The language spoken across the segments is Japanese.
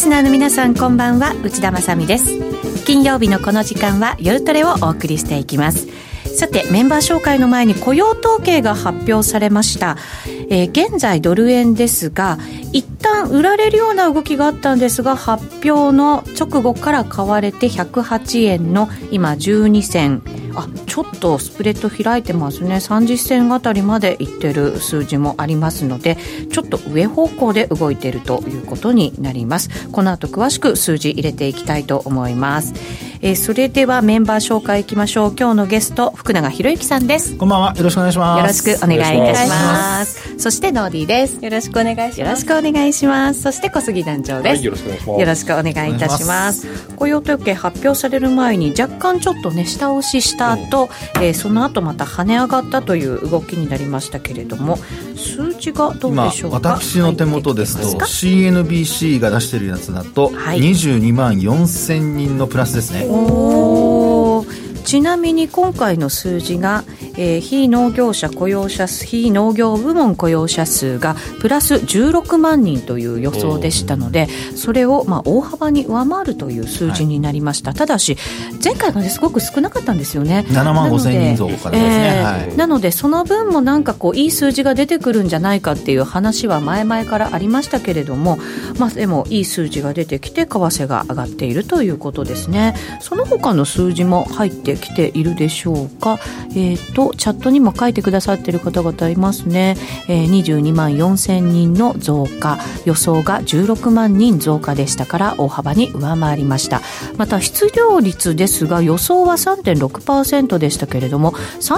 スナーの皆さんこんばんは、内田まさみです。金曜日のこの時間は夜トレをお送りしていきます。さて、メンバー紹介の前に雇用統計が発表されました。現在ドル円ですが、一旦売られるような動きがあったんですが、発表の直後から買われて108円の今12銭、ちょっとスプレッド開いてますね。30銭あたりまでいってる数字もありますので、ちょっと上方向で動いているということになります。この後詳しく数字入れていきたいと思います。それではメンバー紹介いきましょう。今日のゲスト、福永博之さんです。 こんばんは、よろしくお願いします。 よろしくお願いいたします。そしてノーディーです。 よろしくお願いします。 よろしくお願いします。そして小杉団長です。 よろしくお願いします。 よろしくお願いいたします。雇用統計発表される前に若干ちょっとね下押しした後、その後また跳ね上がったという動きになりましたけれども、数字がどうでしょうか。 今私の手元ですと CNBC が出しているやつだと、22万4000人のプラスですね。 ちなみに今回の数字が、非農業部門雇用者数がプラス16万人という予想でしたので、それを大幅に上回るという数字になりました。ただし前回が、すごく少なかったんですよね。 7万5千人増からですね。 なのでその分もなんかいい数字が出てくるんじゃないかっていう話は前々からありましたけれども、でもいい数字が出てきて為替が上がっているということですね。その他の数字も入ってきているでしょうか。チャットにも書いてくださっている方々いますね。22万4000人の増加、予想が16万人増加でしたから大幅に上回りました。また失業率ですが、予想は 3.6% でしたけれども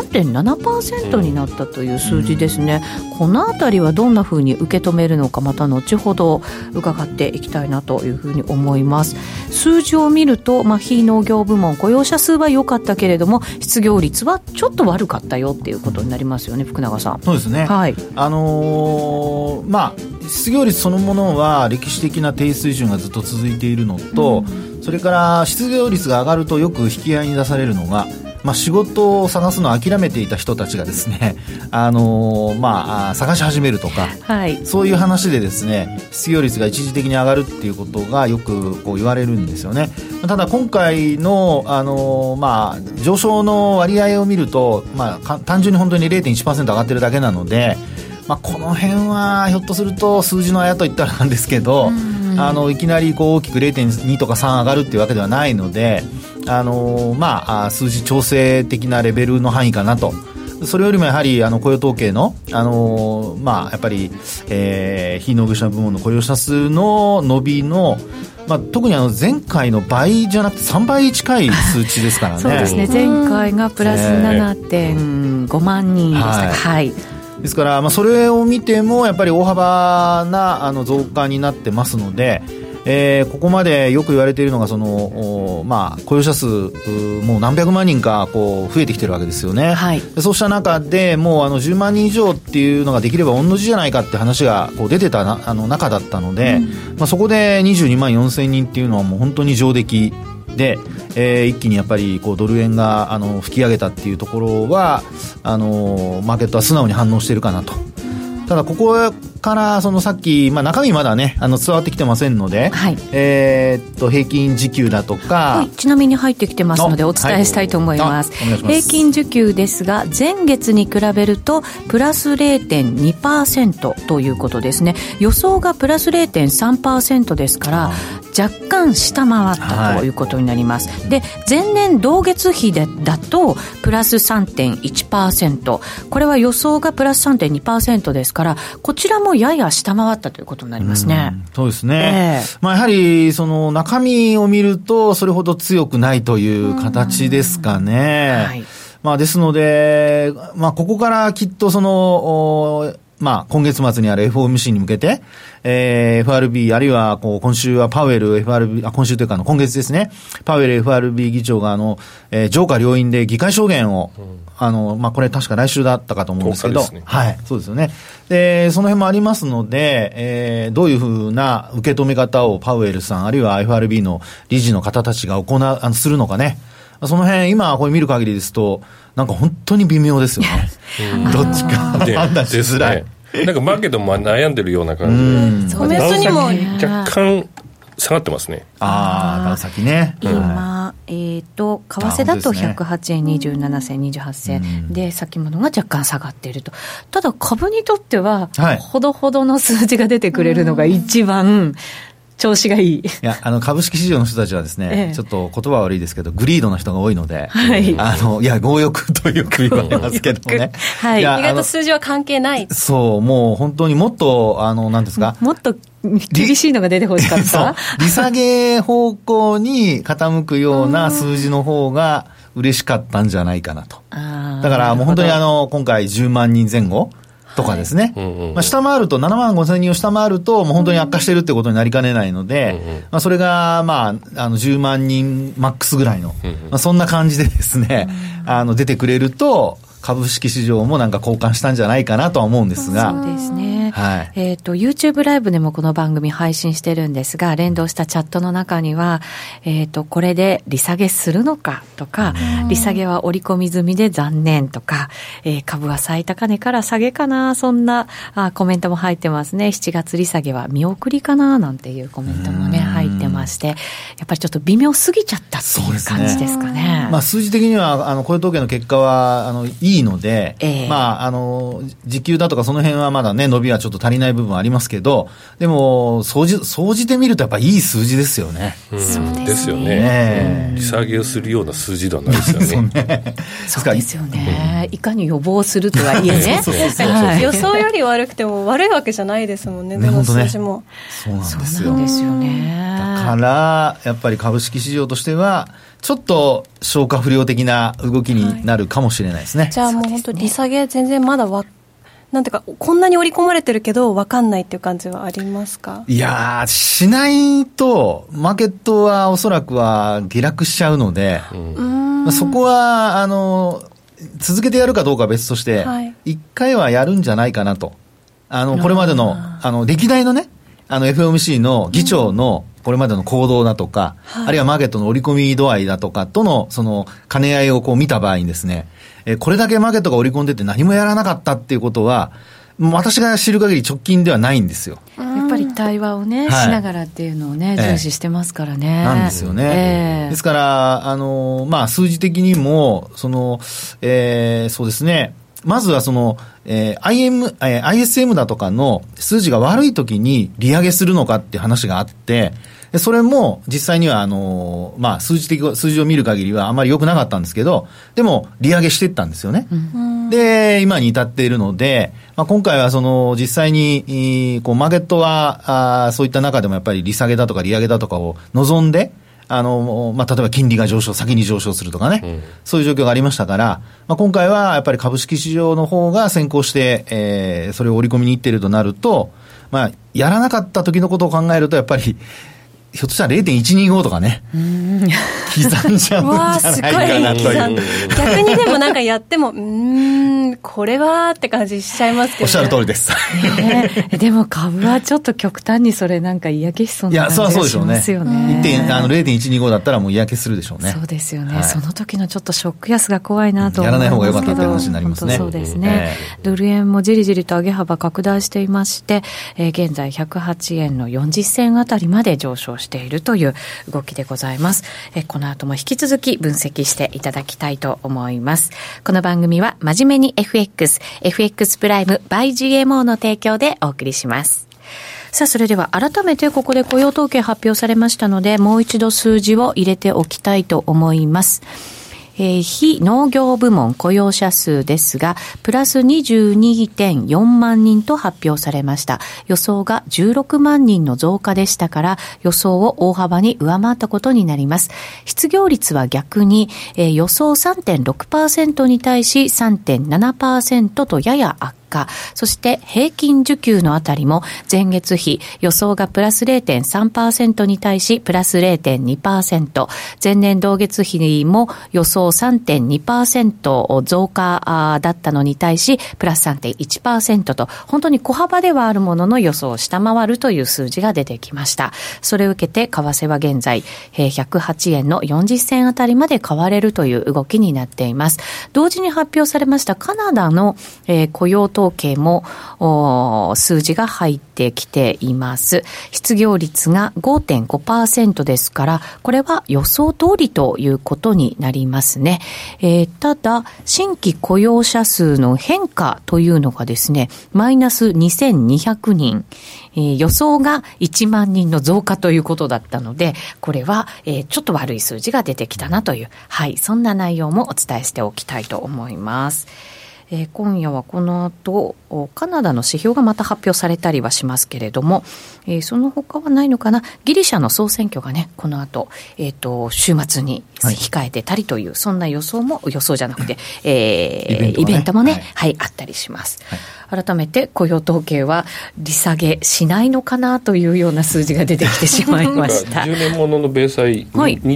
3.7% になったという数字ですね。このあたりはどんなふうに受け止めるのか、また後ほど伺っていきたいなというふうに思います。数字を見ると、非農業部門雇用者数は良かったけれども失業率はちょっと悪かったよっていうことになりますよね、福永さん。 そうですね、失業率そのものは歴史的な低水準がずっと続いているのと、それから失業率が上がるとよく引き合いに出されるのが、仕事を探すのを諦めていた人たちがですね、探し始めるとか、そういう話でですね、失業率が一時的に上がるっていうことがよく言われるんですよね。ただ今回の、上昇の割合を見ると、単純に本当に 0.1% 上がってるだけなので、この辺はひょっとすると数字のあやといったらなんですけど、いきなり大きく 0.2 とか3上がるっていうわけではないので、数字調整的なレベルの範囲かなと。それよりもやはり雇用統計の、やっぱり、非農業者部門の雇用者数の伸びの、特に前回の倍じゃなくて3倍近い数値ですからね。 そうですね、前回がプラス 7.5 万人でしたか。 ですから、それを見てもやっぱり大幅な増加になってますので、ここまでよく言われているのが雇用者数もう何百万人か増えてきてるわけですよね。そうした中でもう10万人以上っていうのができれば御の字じゃないかって話が出てた中だったので、そこで22万4000人っていうのはもう本当に上出来で、一気にやっぱりドル円が吹き上げたっていうところはマーケットは素直に反応しているかなと。ただここからさっき、中身まだね伝わってきてませんので、平均時給だとか、 ちなみに入ってきてますのでお伝えしたいと思います。平均時給ですが、前月に比べるとプラス 0.2% ということですね。予想がプラス 0.3% ですから若干下回ったということになります。で、前年同月比だとプラス 3.1%、 これは予想がプラス 3.2% ですから、こちらもやや下回ったということになりますね。 そうですね、やはり中身を見るとそれほど強くないという形ですかね。ですので、ここからきっと今月末にある FOMC に向けて、FRB あるいは今週はパウエル FRB、今週というか今月ですね、パウエル FRB 議長が上下両院で議会証言を、これ確か来週だったかと思うんですけど、そうですよね。で、その辺もありますので、どういうふうな受け止め方をパウエルさんあるいは FRB の理事の方たちがするのかね。その辺今これ見る限りですとなんか本当に微妙ですよね。どっちか判断しづらい。 なんかマーケットも悩んでるような感じで、 コメントにも若干下がってますね。 ダウ先ね。 今、為替だと108円27銭28銭で、先物が若干下がっていると。ただ株にとっては、ほどほどの数字が出てくれるのが一番調子がいい。いや、株式市場の人たちはですね、ちょっと言葉悪いですけど、グリードの人が多いので、いや、強欲とよく言われますけどね。 意外と数字は関係ない。 そう、もう本当にもっと、何ですか、 もっと厳しいのが出てほしかった利下げ方向に傾くような数字の方が嬉しかったんじゃないかなと。だからもう本当に今回10万人前後とかですね、下回ると7万5千人を下回るともう本当に悪化してるってことになりかねないので、それが10万人マックスぐらいの、そんな感じでですね、出てくれると株式市場もなんか交換したんじゃないかなとは思うんですが。 そうですね。YouTube ライブでもこの番組配信してるんですが、連動したチャットの中には、これで利下げするのかとか、利下げは織り込み済みで残念とか、株は最高値から下げかな、そんなコメントも入ってますね。7月利下げは見送りかな、なんていうコメントもね、入ってまして、やっぱりちょっと微妙すぎちゃったっていう感じですかね。 数字的には、雇用統計の結果はいいので、時給だとかその辺はまだね、伸びはちょっと足りない部分はありますけど、でも、総じてみるとやっぱいい数字ですよね。 そうですよね。利下げをするような数字ではないですよね。 そうですよね。いかに予防するとはいえね。 予想より悪くても悪いわけじゃないですもんね、どの数字も。 そうなんですよ。 そうなんですよね。 だから、やっぱり株式市場としては、ちょっと消化不良的な動きになるかもしれないですね。 じゃあもう本当利下げ全然まだなんていうか、こんなに織り込まれてるけど分かんないっていう感じはありますか？ いやー、しないとマーケットはおそらくは下落しちゃうので、そこは続けてやるかどうかは別として一回はやるんじゃないかなと。これまでの歴代のね、FOMC の議長のこれまでの行動だとか、あるいはマーケットの織り込み度合いだとかとのその兼ね合いをこう見た場合にですね、これだけマーケットが織り込んでて何もやらなかったっていうことは、私が知る限り直近ではないんですよ。 やっぱり対話をね、しながらっていうのをね、重視してますからね。 なんですよね。ですから、数字的にも、そうですね、まずはISM だとかの数字が悪い時に利上げするのかっていう話があって、それも実際には数字を見る限りはあまり良くなかったんですけど、でも利上げしていったんですよね。で、今に至っているので、今回は実際にマーケットはそういった中でもやっぱり利下げだとか利上げだとかを望んで、例えば金利が先に上昇するとかね、そういう状況がありましたから、今回はやっぱり株式市場の方が先行して、それを織り込みにいっているとなると、やらなかった時のことを考えると、やっぱり、ひょっとしたら 0.125 とかね、刻んじゃうんじゃないかなという。 逆にでもなんかやっても、これはって感じしちゃいますけどね。 おっしゃる通りです。 でも株はちょっと極端にそれなんか嫌気しそうな感じがしますよね。 0.125 だったらもう嫌気するでしょうね。 そうですよね。その時のちょっとショック安が怖いなと思いますけど。 やらない方が良かったって話になりますね。 そうですね。ドル円もじりじりと上げ幅拡大していまして、現在108円の40銭あたりまで上昇しているという動きでございます。この後も引き続き分析していただきたいと思います。この番組は真面目に FX プライム by GMO の提供でお送りします。さあ、それでは改めてここで雇用統計発表されましたので、もう一度数字を入れておきたいと思います。非農業部門雇用者数ですが、プラス 22.4 万人と発表されました。予想が16万人の増加でしたから、予想を大幅に上回ったことになります。失業率は逆に、予想 3.6% に対し 3.7% とやや悪化。そして平均受給のあたりも前月比予想がプラス 0.3% に対しプラス 0.2%、 前年同月比も予想 3.2% 増加だったのに対しプラス 3.1% と本当に小幅ではあるものの予想を下回るという数字が出てきました。それを受けて為替は現在108円の40銭あたりまで買われるという動きになっています。同時に発表されましたカナダの雇用統統計も数字が入ってきています。失業率が 5.5% ですから、これは予想通りということになりますね。ただ新規雇用者数の変化というのがですね、マイナス2200人、予想が1万人の増加ということだったので、これは、ちょっと悪い数字が出てきたなという、はい、そんな内容もお伝えしておきたいと思います。今夜はこの後カナダの指標がまた発表されたりはしますけれども、その他はないのかな。ギリシャの総選挙がね、この後、週末に控えてたりという、はい、そんな予想じゃなくて、イベントもね、はい、あったりします、はい、改めて雇用統計は利下げしないのかなというような数字が出てきてしまいました 10年ものの米債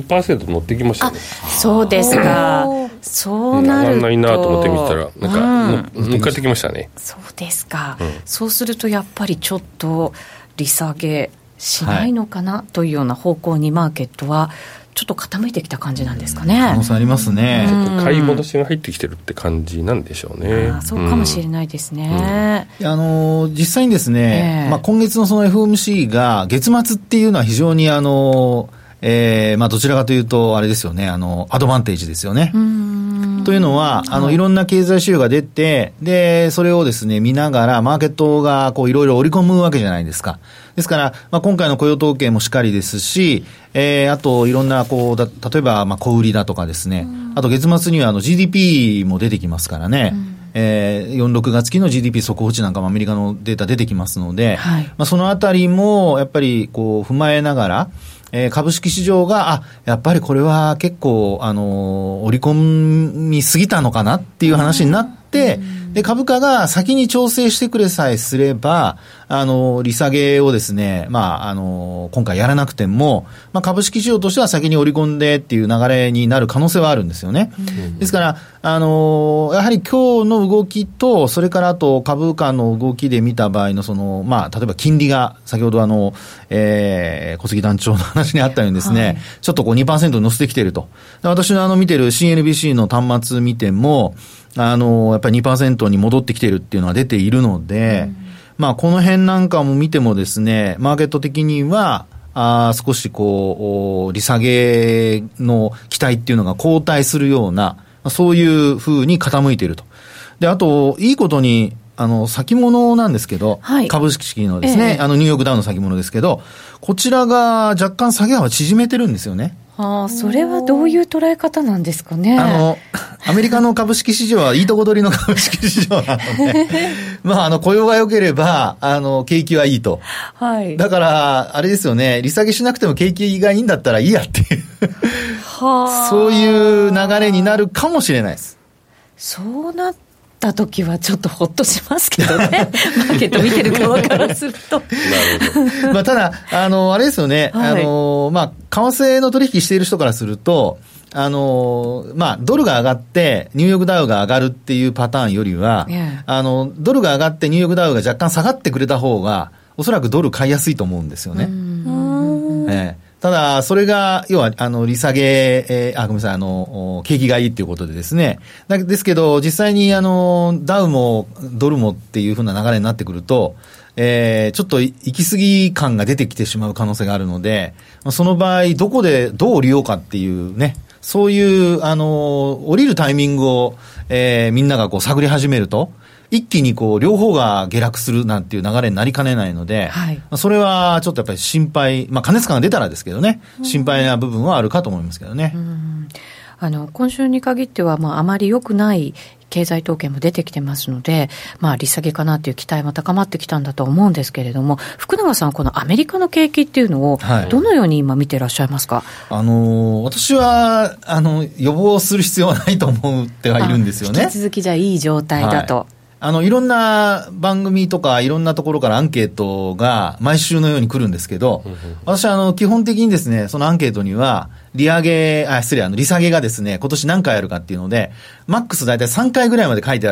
2% 乗ってきましたね。 そうですか。そうなると、 上がんないなと思って見たらなんか乗っかってきましたね。 そうですか、そうするとやっぱりちょっと利下げしないのかなというような方向にマーケットはちょっと傾いてきた感じなんですかね。 可能性ありますね。 買い戻しが入ってきてるって感じなんでしょうね。 そうかもしれないですね。 実際にですね、今月のその FOMC が月末っていうのは非常にどちらかというとあれですよね、アドバンテージですよね。というのは、いろんな経済指標が出て、で、それをですね、見ながら、マーケットがこういろいろ織り込むわけじゃないですか。ですから、今回の雇用統計もしっかりですし、あと、いろんな、例えば、小売りだとかですね、あと月末にはGDP も出てきますからね、4、6月期の GDP 速報値なんかもアメリカのデータ出てきますので、はい、そのあたりも、やっぱり、踏まえながら、株式市場が、やっぱりこれは結構、織り込みすぎたのかなっていう話になって、で、株価が先に調整してくれさえすれば、利下げをですね、今回やらなくても、株式市場としては先に織り込んでっていう流れになる可能性はあるんですよね。ですから、やはり今日の動きと、それからあと株価の動きで見た場合の例えば金利が、先ほど小杉団長の話にあったようにですね、はい、ちょっと2% に乗せてきていると。私の見てる CNBC の端末見ても、やっぱり 2% に戻ってきているっていうのは出ているので、この辺なんかも見てもですね、マーケット的には、少し利下げの期待っていうのが後退するような、そういう風に傾いていると。で、あと、いいことに、先物なんですけど、はい、株式のですね、ニューヨークダウの先物ですけど、こちらが若干下げ幅縮めてるんですよね。 それはどういう捉え方なんですかね。 アメリカの株式市場はいいとこ取りの株式市場なので、雇用が良ければ、景気はいいと。はい。だから、あれですよね、利下げしなくても景気がいいんだったらいいやっていう。そういう流れになるかもしれないです。 そうなった時はちょっとほっとしますけどね。マーケット見てる側からすると。 なるほど。ただ、あれですよね、はい、為替の取引している人からすると、ドルが上がってニューヨークダウが上がるっていうパターンよりは、ドルが上がってニューヨークダウが若干下がってくれた方が、おそらくドル買いやすいと思うんですよね。ただ、それが、要は、利下げ、ごめんなさい、景気がいいっていうことでですね。ですけど、実際に、ダウもドルもっていう風な流れになってくると、ちょっと行き過ぎ感が出てきてしまう可能性があるので、その場合、どこでどう降りようかっていうね、そういう、降りるタイミングを、みんなが探り始めると、一気に両方が下落するなんていう流れになりかねないので、はい、それはちょっとやっぱり心配、過熱感が出たらですけどね、心配な部分はあるかと思いますけどね。 今週に限っては、あまり良くない経済統計も出てきてますので、利下げかなという期待も高まってきたんだと思うんですけれども、福永さん、このアメリカの景気っていうのをどのように今見ていらっしゃいますか？ 私は予防する必要はないと思ってはいるんですよね。 引き続きじゃあいい状態だと。 いろんな番組とかいろんなところからアンケートが毎週のように来るんですけど、私は基本的にですね、そのアンケートには利下げがですね、今年何回あるかっていうので、マックス大体3回ぐらいまで書いてある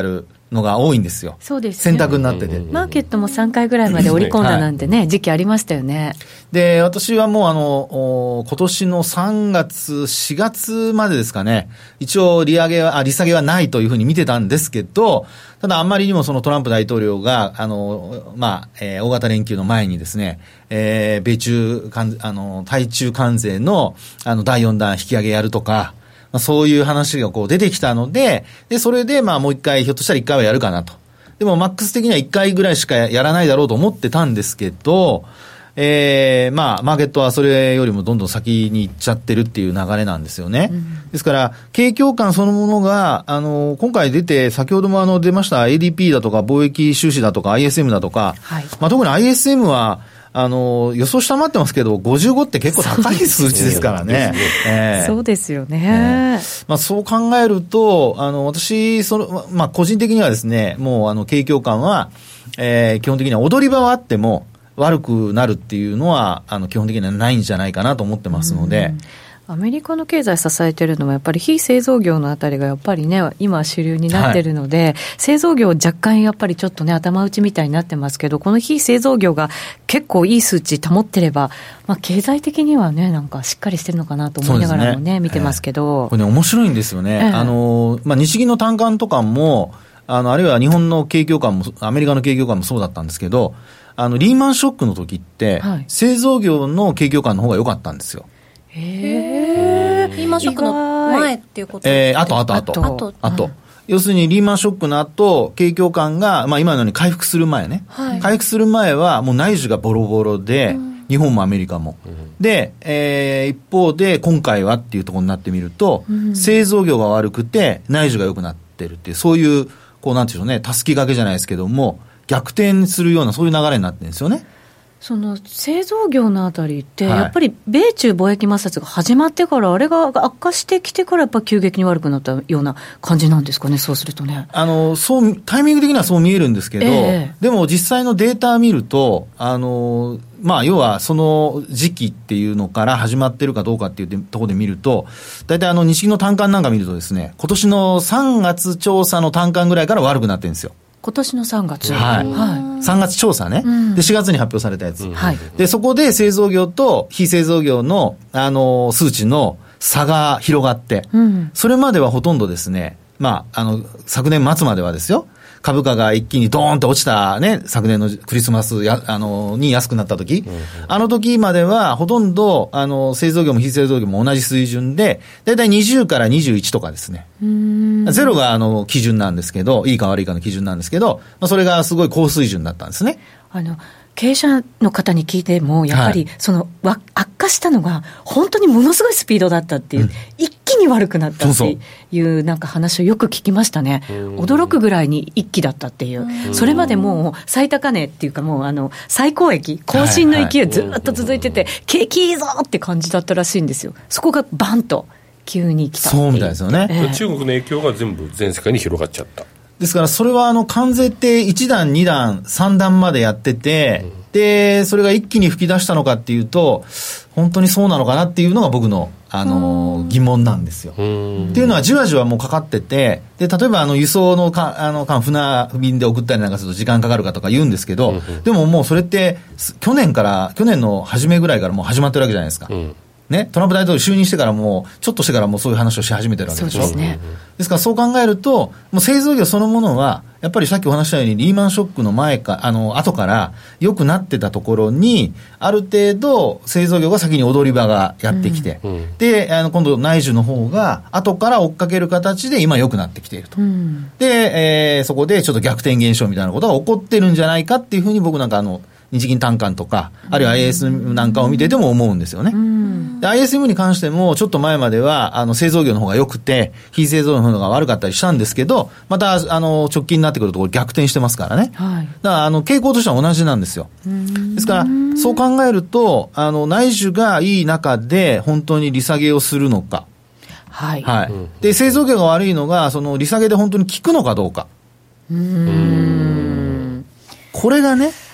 のが多いんですよ。 そうですね、 選択になってて、 マーケットも3回ぐらいまで織り込んだなんてね、時期ありましたよね。 で、私はもう今年の3月4月までですかね、一応利下げはないというふうに見てたんですけど、ただあんまりにもそのトランプ大統領が大型連休の前にですね、対中関税の第4弾引き上げやるとか、そういう話がこう出てきたので、それでもう一回、ひょっとしたら一回はやるかなと。でもマックス的には一回ぐらいしかやらないだろうと思ってたんですけど、マーケットはそれよりもどんどん先に行っちゃってるっていう流れなんですよね。ですから、景況感そのものが、今回先ほども出ました ADP だとか貿易収支だとか ISM だとか、はい、特に ISM は、予想下回ってますけど、55って結構高い数値ですからね。 そうですよね。 そう考えると、私、個人的にはですね、もう景況感は、基本的には踊り場はあっても悪くなるっていうのは、基本的にはないんじゃないかなと思ってますので、 アメリカの経済支えてるのはやっぱり非製造業のあたりがやっぱりね今主流になってるので、はい、製造業若干やっぱりちょっとね頭打ちみたいになってますけど、この非製造業が結構いい数値保ってれば、経済的にはねなんかしっかりしてるのかなと思いながらもね見てますけど、 これね面白いんですよね。日銀の短観とかもあるいは日本の景況感もアメリカの景況感もそうだったんですけど、リーマンショックの時って、はい、製造業の景況感の方が良かったんですよ。 リーマンショックの前っていうことですか？ あと、要するにリーマンショックの後、景況感が、今のように回復する前ね、はい、回復する前はもう内需がボロボロで、日本もアメリカも、で、一方で今回はっていうところになってみると、製造業が悪くて内需が良くなってるっていう、そういうなんていうのね、たすき掛けじゃないですけども、逆転するようなそういう流れになってるんですよね。 その製造業のあたりってやっぱり米中貿易摩擦が始まってから、あれが悪化してきてからやっぱ急激に悪くなったような感じなんですかね。そうするとね、 そうタイミング的にはそう見えるんですけど、でも実際のデータ見ると要はその時期っていうのから始まってるかどうかっていうところで見ると、大体日銀の短観なんか見るとですね、今年の3月調査の短観ぐらいから悪くなってるんですよ。 今年の3月、 はい、3月調査ね、で4月に発表されたやつ、でそこで製造業と非製造業の数値の差が広がって、それまではほとんどですね、昨年末まではですよ、株価が一気にドーンと落ちたね、昨年のクリスマスに安くなった時、時まではほとんど製造業も非製造業も同じ水準で、だいたい20から21とかですね。ゼロが基準なんですけど、いいか悪いかの基準なんですけど、それがすごい高水準だったんですね。 経営者の方に聞いてもやっぱり悪化したのが本当にものすごいスピードだったっていう、一気に悪くなったっていうなんか話をよく聞きましたね。驚くぐらいに一気だったっていう、それまでもう最高値っていうかもう最高益更新の勢いずっと続いてて、景気いいぞって感じだったらしいんですよ。そこがバンと急に来たっていう。 そうみたいですよね。 中国の影響が全部全世界に広がっちゃった。 ですからそれは関税って1段2段3段までやってて、でそれが一気に吹き出したのかっていうと本当にそうなのかなっていうのが僕の疑問なんですよ。っていうのはじわじわもうかかってて、で例えば輸送の船便で送ったりなんかすると時間かかるかとか言うんですけど、でももうそれって去年の初めぐらいからもう始まってるわけじゃないですか。ね、トランプ大統領就任してからもうちょっとしてからもうそういう話をし始めてるわけでしょ。 そうですね。 ですからそう考えるともう製造業そのものはやっぱりさっきお話したようにリーマンショックの後から良くなってたところにある程度製造業が先に踊り場がやってきて、で今度内需の方が後から追っかける形で今良くなってきていると、で、そこでちょっと逆転現象みたいなことが起こってるんじゃないかっていうふうに僕なんか日銀短観とかあるいは ISM なんかを見てても思うんですよね。で ISM に関してもちょっと前までは製造業の方が良くて非製造業の方が悪かったりしたんですけど、また直近になってくるところ逆転してますからね、だから傾向としては同じなんですよ。ですからそう考えると内需がいい中で本当に利下げをするのか、で製造業が悪いのがその利下げで本当に効くのかどうか、これがね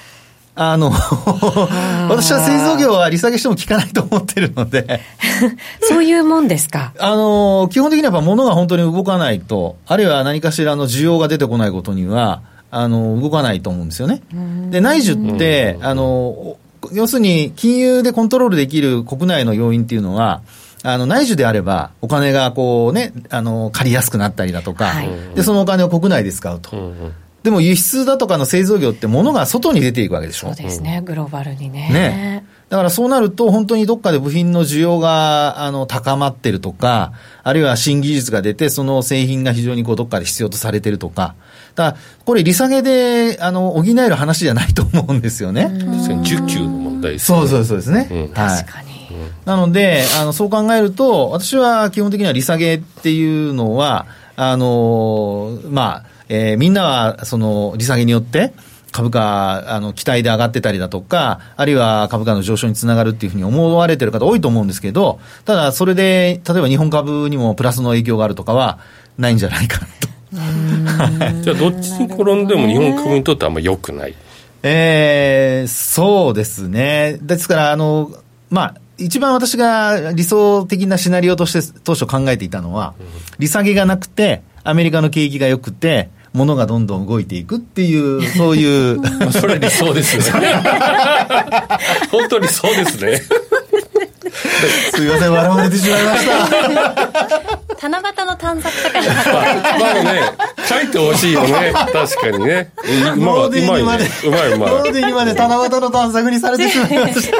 私は製造業は利下げしても効かないと思ってるのでそういうもんですか。 基本的にはやっぱ物が本当に動かないと、あるいは何かしらの需要が出てこないことには動かないと思うんですよね。で、内需って要するに金融でコントロールできる国内の要因っていうのは内需であればお金がこうね借りやすくなったりだとか、はい、でそのお金を国内で使うと、でも輸出だとかの製造業って物が外に出ていくわけでしょ。 そうですね、グローバルに ね。 だからそうなると本当にどっかで部品の需要が高まってるとか、あるいは新技術が出てその製品が非常にこうどっかで必要とされてるとか、だからこれ利下げで補える話じゃないと思うんですよね。 需給の問題ですね。そうですね、 はい、確かに。 なのでそう考えると私は基本的には利下げっていうのはみんなはその利下げによって株価期待で上がってたりだとか、あるいは株価の上昇につながるっていうふうに思われてる方多いと思うんですけど、ただそれで例えば日本株にもプラスの影響があるとかはないんじゃないかなと。 じゃあどっちに転んでも日本株にとってあんまり良くない。 そうですね。ですから一番私が理想的なシナリオとして当初考えていたのは、利下げがなくてアメリカの景気が良くて物がどんどん動いていくっていうそういうそれ理想ですね本当にそうですねすいません、笑われてしまいました七夕の短冊とかに書いて書いてほしいよね。確かにね。 ローディーにまでローディーにまで七夕の短冊にされてしまいました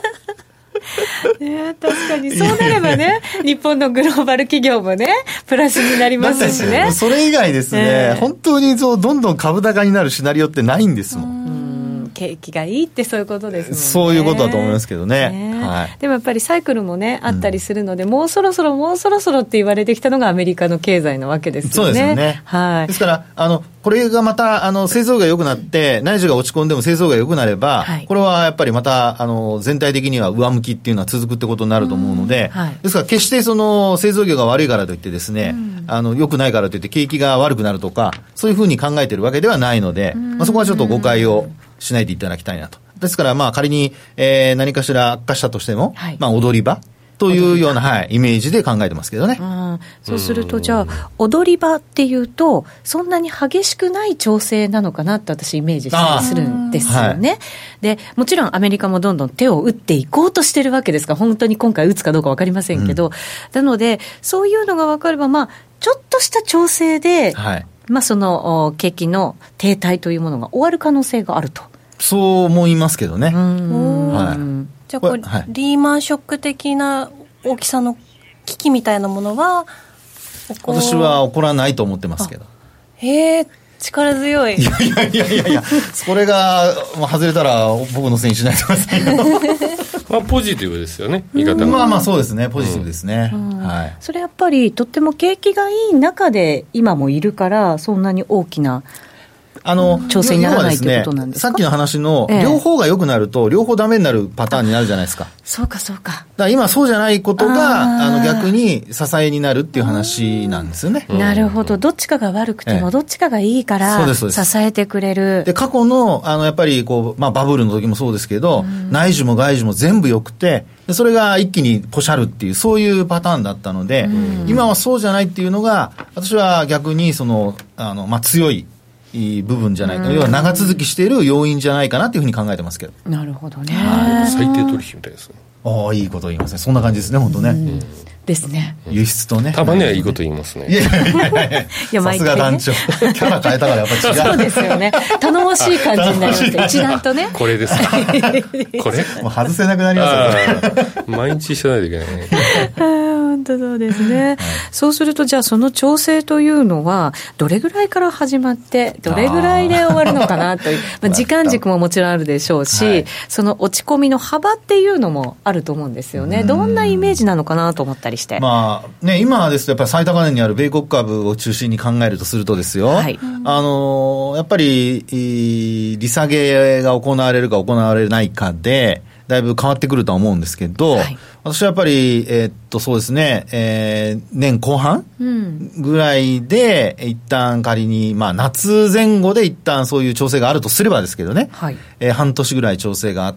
確かにそうなればね日本のグローバル企業もねプラスになりますしね。 それ以外ですね、本当にどんどん株高になるシナリオってないんですもん。 景気がいいってそういうことですもんね。 そういうことだと思いますけどね、はい、 でもやっぱりサイクルもねあったりするので、もうそろそろって言われてきたのがアメリカの経済のわけですよね。 そうですよね、はい、ですからこれがまた製造が良くなって内需が落ち込んでも製造が良くなれば、はい、これはやっぱりまた全体的には上向きっていうのは続くってことになると思うので、はい、ですから決してその製造業が悪いからといってですね、良くないからといって景気が悪くなるとかそういうふうに考えてるわけではないので、そこはちょっと誤解をしないでいただきたいなと。ですから仮に、何かしら悪化したとしても、はい、踊り場というような、はい、イメージで考えてますけどね。 そうするとじゃあ踊り場っていうとそんなに激しくない調整なのかなって私イメージしたりするんですよね、はい、でもちろんアメリカもどんどん手を打っていこうとしてるわけですから、本当に今回打つかどうか分かりませんけど、なのでそういうのが分かればちょっとした調整で、はい、その景気の停滞というものが終わる可能性があると。 そう思いますけどね。 はい、じゃあこれ、はい、リーマンショック的な大きさの危機みたいなものは私は起こらないと思ってますけど。 力強い。 いやこれが外れたら僕のせいにしないと思いますけどポジティブですよね、言い方が。 そうですね、ポジティブですね、はい、 それやっぱりとっても景気がいい中で今もいるからそんなに大きな調整にならないということなんですか。 さっきの話の両方が良くなると両方ダメになるパターンになるじゃないですか。 そうかだから今そうじゃないことが逆に支えになるっていう話なんですよね。 なるほど、どっちかが悪くてもどっちかがいいから支えてくれる。 で過去のやっぱりバブルの時もそうですけど、内需も外需も全部良くて、でそれが一気にポシャるっていうそういうパターンだったので、今はそうじゃないっていうのが私は逆に強い部分じゃないか、要は長続きしている要因じゃないかなというふうに考えてますけど。 なるほどね。 最低取引みたいですね。 いいこと言いますね。そんな感じですね、本当ね。 ですね。 輸出とね。 たまにはいいこと言いますね。 いやさすが団長。キャラ変えたからやっぱり違う。 そうですよね。頼もしい感じになりました。一段とね。 これですか。これもう外せなくなりますよね。 毎日しないといけないね。 本当そうですね、はい、そうするとじゃあその調整というのはどれぐらいから始まってどれぐらいで終わるのかなという時間軸ももちろんあるでしょうし、はい、その落ち込みの幅っていうのもあると思うんですよね。どんなイメージなのかなと思ったりして、 今ですとやっぱり最高値にある米国株を中心に考えるとするとですよ、はい、やっぱり利下げが行われるか行われないかでだいぶ変わってくるとは思うんですけど、はい、私はやっぱり、そうですね、年後半ぐらいで、一旦仮に、まあ、夏前後で一旦そういう調整があるとすればですけどね、はい、半年ぐらい調整があって、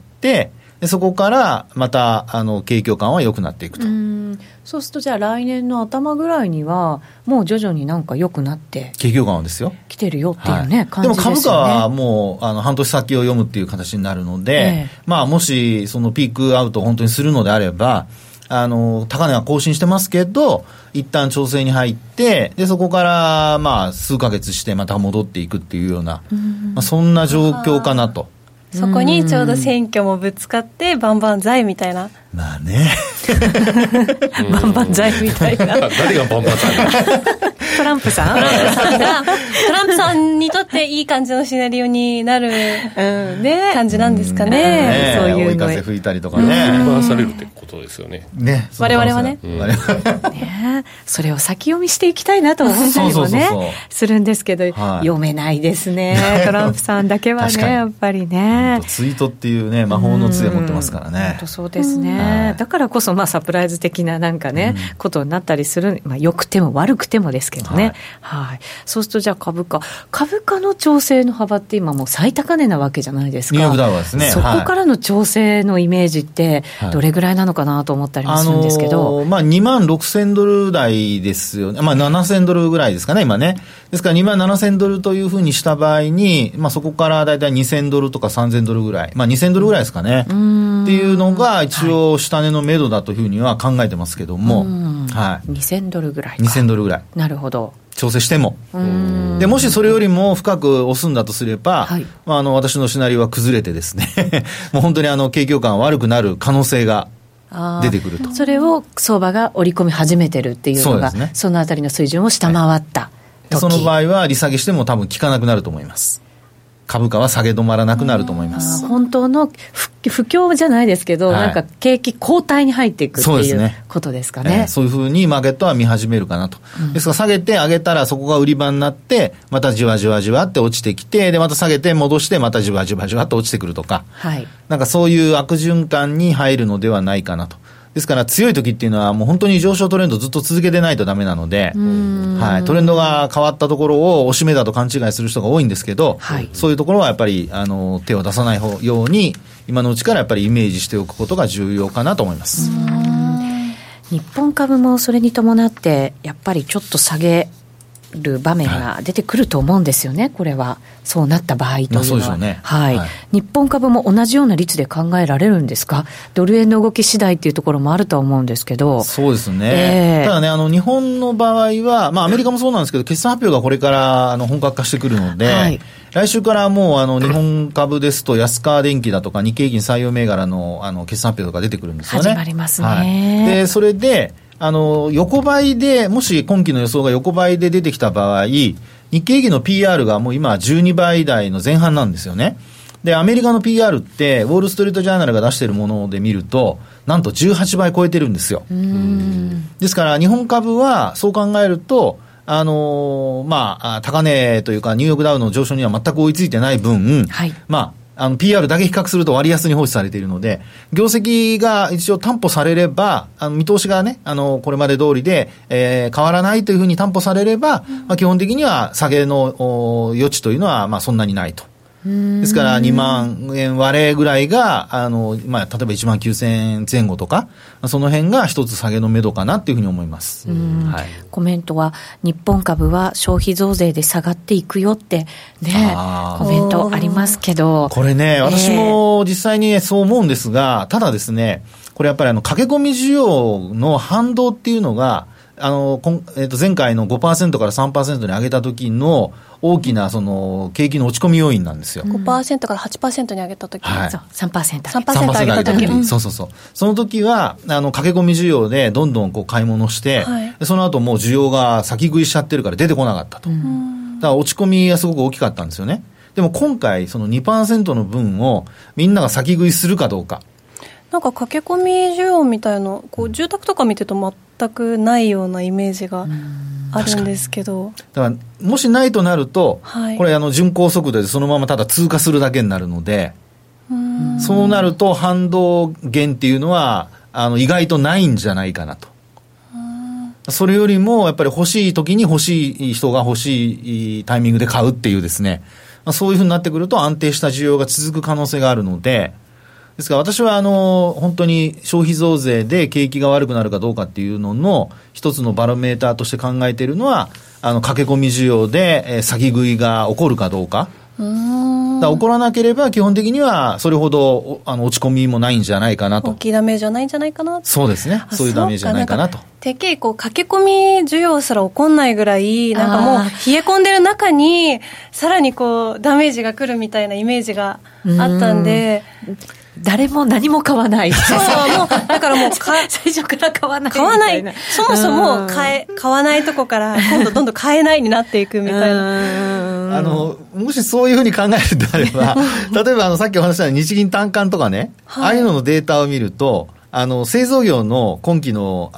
でそこからまた景況感は良くなっていくと。 そうするとじゃあ来年の頭ぐらいにはもう徐々になんか良くなって景況感はですよ来てるよっていうね、はい、感じですよね。 でも株価はもう半年先を読むっていう形になるので、まあもしそのピークアウトを本当にするのであれば高値は更新してますけど一旦調整に入ってでそこからまあ数ヶ月してまた戻っていくっていうような、まあ、そんな状況かなと。 そこにちょうど選挙もぶつかってバンバン財みたいな。 まあねバンバン財みたいな誰がバンバン財トランプさんトランプさんにとっていい感じのシナリオになる、感じなんですかね。 そういうの追い風吹いたりとかね回されるってことですよね。 我々はね、 それを先読みしていきたいなと思ったりもねするんですけど、読めないですねトランプさんだけはねやっぱりねツイートっていうね魔法の杖持ってますからね。 本当そうですね、だからこそまあサプライズ的ななんかね、ことになったりする、まあ、良くても悪くてもですけどね、はい、そうするとじゃあ株価の調整の幅って今もう最高値なわけじゃないですか。 ニューヨークダウはですね、 そこからの調整のイメージってどれぐらいなのかなと思ったりもするんですけど、 まあ、2万6000ドル台ですよね、まあ、7000ドルぐらいですかね今ね。ですから2万7000ドルというふうにした場合に、まあ、そこからだいたい2000ドルとか3000ドルぐらい、まあ、2000ドルぐらいですかねっていうのが一応下値の目処だというふうには考えてますけども、 はい、2000ドルぐらいか。 2000ドルぐらい。 なるほど。 調整しても。でもしそれよりも深く押すんだとすれば、はい、まあ、私のシナリオは崩れてですねもう本当に景況感悪くなる可能性が出てくると。 それを相場が織り込み始めてるっていうのが そのあたりの水準を下回った時、 その場合は利下げしても多分効かなくなると思います。株価は下げ止まらなくなると思います。 本当の不況じゃないですけど、なんか景気後退に入っていくっていうことですかね。 そういうふうにマーケットは見始めるかなと、ですから下げて上げたらそこが売り場になってまたじわじわじわって落ちてきてでまた下げて戻してまたじわじわじわって落ちてくるとか、なんかそういう悪循環に入るのではないかなと。ですから強い時っていうのはもう本当に上昇トレンドずっと続けてないとダメなので、はい、トレンドが変わったところを押し目だと勘違いする人が多いんですけど、そういうところはやっぱり手を出さないように今のうちからやっぱりイメージしておくことが重要かなと思います。 日本株もそれに伴ってやっぱりちょっと下げる場面が出てくると思うんですよね、これはそうなった場合というのは、 そうでしょうね、 日本株も同じような率で考えられるんですか。ドル円の動き次第っていうところもあると思うんですけど。 そうですね、ただね日本の場合は、まあ、アメリカもそうなんですけど決算発表がこれから本格化してくるので、来週からもう日本株ですと安川電機だとか日経平均採用銘柄の決算発表とか出てくるんですよね。 始まりますね、 でそれで横ばいでもし今期の予想が横ばいで出てきた場合日経平均の PR がもう今12倍台の前半なんですよね。でアメリカの PR ってウォールストリートジャーナルが出しているもので見るとなんと18倍超えてるんですよ。ですから日本株はそう考えるとまあ、高値というかニューヨークダウの上昇には全く追いついてない分、まあPR だけ比較すると割安に放置されているので業績が一応担保されれば見通しがねこれまで通りで、変わらないというふうに担保されれば、まあ、基本的には下げの余地というのはまあそんなにないと。ですから2万円割れぐらいがまあ、例えば1万9000円前後とかその辺が一つ下げの目処かなというふうに思います。 コメントは日本株は消費増税で下がっていくよってねコメントありますけどこれね私も実際にそう思うんですがただですねこれやっぱり駆け込み需要の反動っていうのが前回の 5% から 3% に上げた時の大きなその景気の落ち込み要因なんですよ。 5% から 8% に上げた時、 そう 3% 上げた時、 その時は駆け込み需要でどんどんこう買い物して、その後もう需要が先食いしちゃってるから出てこなかったと。だから落ち込みがすごく大きかったんですよね。でも今回その 2% の分をみんなが先食いするかどうか、 なんか駆け込み需要みたいなこう住宅とか見てると全くないようなイメージがあるんですけど、 だからもしないとなると、これ巡航速度でそのままただ通過するだけになるので、 そうなると反動減っていうのは意外とないんじゃないかなと。それよりもやっぱり欲しい時に欲しい人が欲しいタイミングで買うっていうですね、そういうふうになってくると安定した需要が続く可能性があるので、ですから私は本当に消費増税で景気が悪くなるかどうかっていうのの一つのバロメーターとして考えているのは駆け込み需要で先食いが起こるかどうか。だ起こらなければ基本的にはそれほど落ち込みもないんじゃないかなと。 大きいダメージじゃないんじゃないかな。 そうですね、そういうダメージじゃないかなと。 てっきり駆け込み需要すら起こんないぐらいなんかもう冷え込んでる中にさらにダメージが来るみたいなイメージがあったんで、 誰も何も買わない。 そうもうだからもう最初から買わないみたいな。 買わない。そもそも買わないとこから今度どんどん買えないになっていくみたいな。 もしそういうふうに考えるのであれば例えばさっきお話した日銀短観とかね、ああいうののデータを見ると製造業の今期の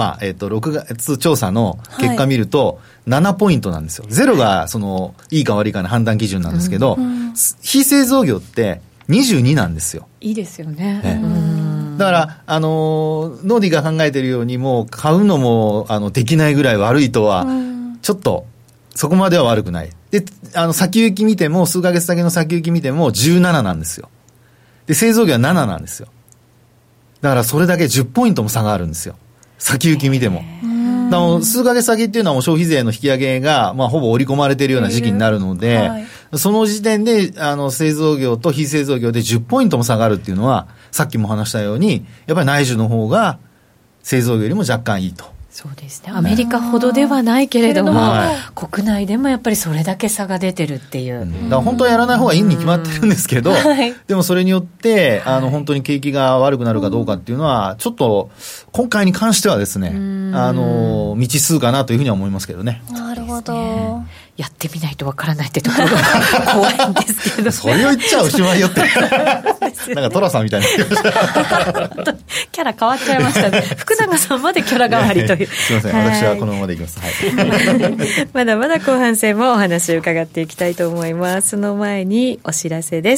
6月調査の結果見ると7ポイントなんですよ。ゼロがいいか悪いかの判断基準なんですけど、非製造業って22なんですよ。 いいですよね。 だからノーディが考えているようにもう買うのもできないぐらい悪いとはちょっとそこまでは悪くない。で先行き見ても数ヶ月先の先行き見ても17なんですよ。で製造業は7なんですよ。だからそれだけ10ポイントも差があるんですよ、先行き見ても。だから数ヶ月先っていうのはもう消費税の引き上げがほぼ織り込まれているような時期になるので、その時点で製造業と非製造業で10ポイントも差があるっていうのはさっきも話したようにやっぱり内需の方が製造業よりも若干いいと。 そうですね、アメリカほどではないけれども、国内でもやっぱりそれだけ差が出てるっていう、 だから本当はやらない方がいいに決まってるんですけど、でもそれによって本当に景気が悪くなるかどうかっていうのはちょっと今回に関してはですね未知数かなというふうには思いますけどね。 なるほど、 やってみないとわからないってところが怖いんですけど、ね、 それを言っちゃおしまいよってなんかトラさんみたいになってましたキャラ変わっちゃいましたね。福永さんまでキャラ変わりというすいません、私はこのままでいきます、 まだまだ後半戦もお話を伺っていきたいと思います。その前にお知らせです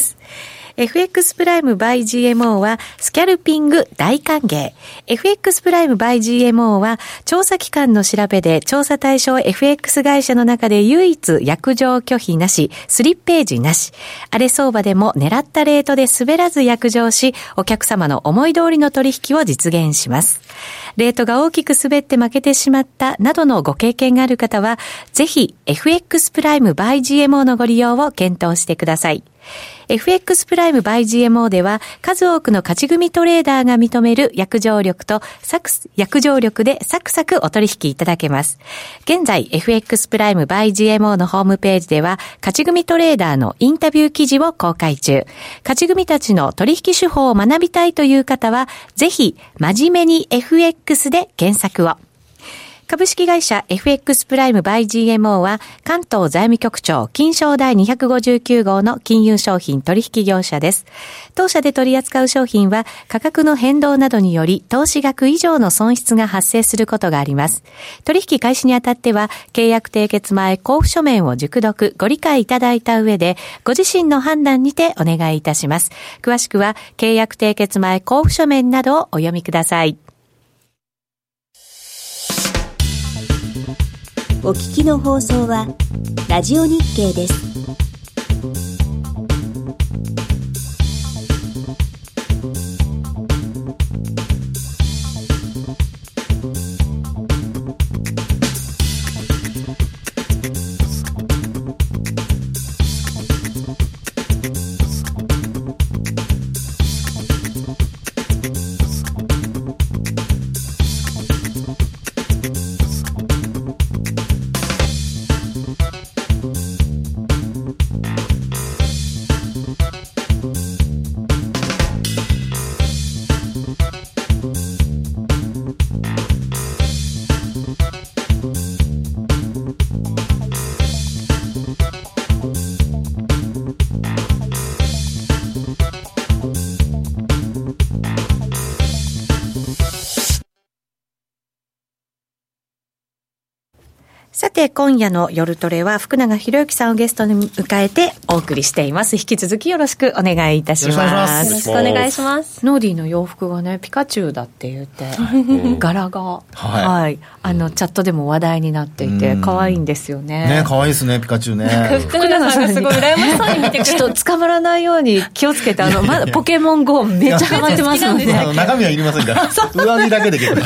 。FX プライム by GMO はスキャルピング大歓迎。FX プライム by GMO は調査機関の調べで調査対象 FX 会社の中で唯一約定拒否なし、スリッページなし、荒れ相場でも狙ったレートで滑らず約定し、お客様の思い通りの取引を実現します。レートが大きく滑って負けてしまったなどのご経験がある方は、ぜひ FX プライム by GMO のご利用を検討してください。FX プライム by GMO では数多くの勝ち組トレーダーが認める約定力でサクサクお取引いただけます。現在 FX プライム by GMO のホームページでは勝ち組トレーダーのインタビュー記事を公開中。勝ち組たちの取引手法を学びたいという方はぜひ真面目に FX で検索を。株式会社 FX プライム by GMO は関東財務局長金商第259号の金融商品取引業者です。当社で取り扱う商品は価格の変動などにより投資額以上の損失が発生することがあります。取引開始にあたっては契約締結前交付書面を熟読ご理解いただいた上でご自身の判断にてお願いいたします。詳しくは契約締結前交付書面などをお読みください。 お聞きの放送はラジオ日経です。 さて今夜の夜トレは福永博之さんをゲストに迎えてお送りしています。引き続きよろしくお願いいたします。 よろしくお願いします。 ノーディーの洋服がねピカチュウだって言って柄が、はい、チャットでも話題になっていて可愛いんですよね。 ね、可愛いですねピカチュウね。 福永さんがすごい羨ましそうに見てくる。 ちょっと捕まらないように気をつけてまだポケモン GO めっちゃハマってますもんね。 中身はいりませんから上着だけで結構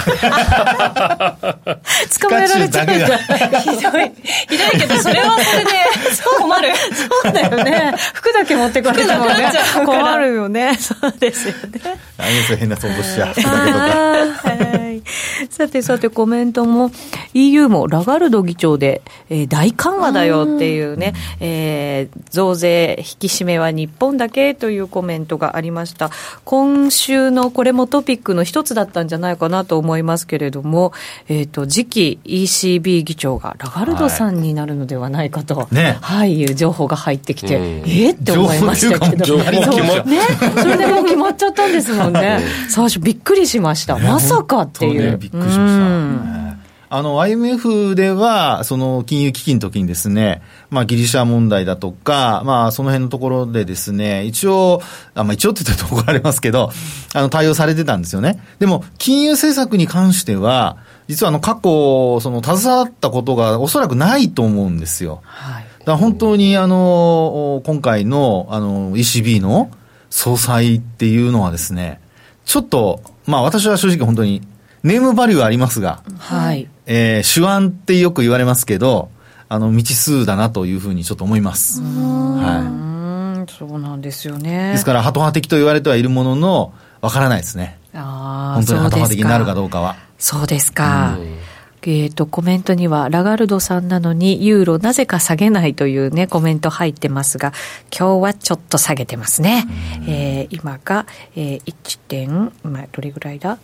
捕まえられちゃうんだ。 ひどいけどそれはそれで困る。 そうだよね。服だけ持ってこられたもんね。困るよね。そうですよね。 何ですよ変な想像しちゃう。服だけとか。 はい。さてコメントも EU もラガルド議長で、大緩和だよっていうね、増税引き締めは日本だけというコメントがありました。今週のこれもトピックの一つだったんじゃないかなと思いますけれども、次期 ECB 議長がラガルドさんになるのではないかと、いう情報が入ってきて、って思いましたけど、それでもう決まっちゃったんですもんね。最初びっくりしました。まさかっていう。 びっくりしました。IMF ではその金融危機の時にですね、ギリシャ問題だとか、その辺のところでですね、一応って言ったら怒られますけど、対応されてたんですよね。でも金融政策に関しては実は過去携わったことがおそらくないと思うんですよ。はい。だから本当に今回のECB の総裁っていうのはですね、ちょっと私は正直本当にネームバリューはありますが、はい。手腕ってよく言われますけど、未知数だなというふうにちょっと思います。はい。 そうなんですよね。 ですからハト派的と言われてはいるもののわからないですね。本当にハト派的になるかどうかは。 そうですか。コメントにはラガルドさんなのにユーロなぜか下げないというねコメント入ってますが、今日はちょっと下げてますね。今が、どれぐらいだ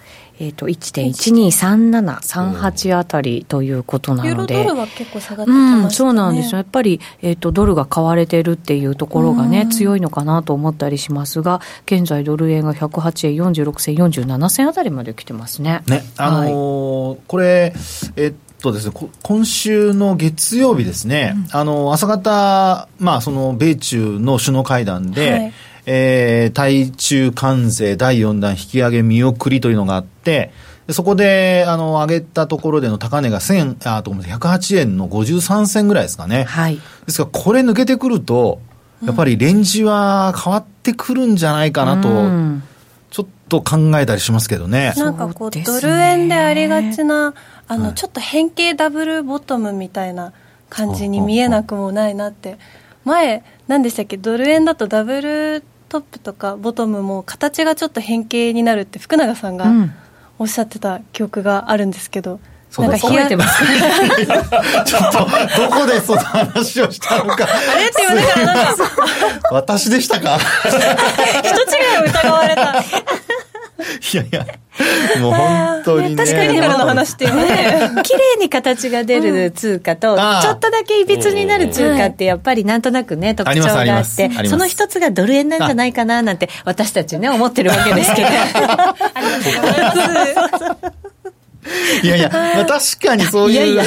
1.123738 あたりということなので、 ユーロドルは結構下がってきましたね。 そうなんですよ。やっぱり、ドルが買われてるっていうところがね強いのかなと思ったりしますが、現在ドル円が108円46銭47銭あたりまで来てますね。 これですね、今週の月曜日ですね、朝方、その米中の首脳会談で、対中関税第4弾引き上げ見送りというのがあって、そこで上げたところでの高値が108円の53銭ぐらいですかね。はい。ですからこれ抜けてくるとやっぱりレンジは変わってくるんじゃないかなと、ちょっと考えたりしますけどね。 なんかドル円でありがちなちょっと変形ダブルボトムみたいな感じに見えなくもないなって。前何でしたっけ、ドル円だとダブルトップとかボトムも形がちょっと変形になるって福永さんがおっしゃってた記憶があるんですけど、 なんか覚えてますかちょっとどこでその話をしたのかあれって言われたらなんか私でしたか人違いを疑われたいやもう本当にね、 確かにからの話っていうね綺麗に形が出る通貨と、ちょっとだけいびつになる通貨ってやっぱりなんとなくね特徴があって、その一つがドル円なんじゃないかななんて私たちね思ってるわけですけどいや確かにそういう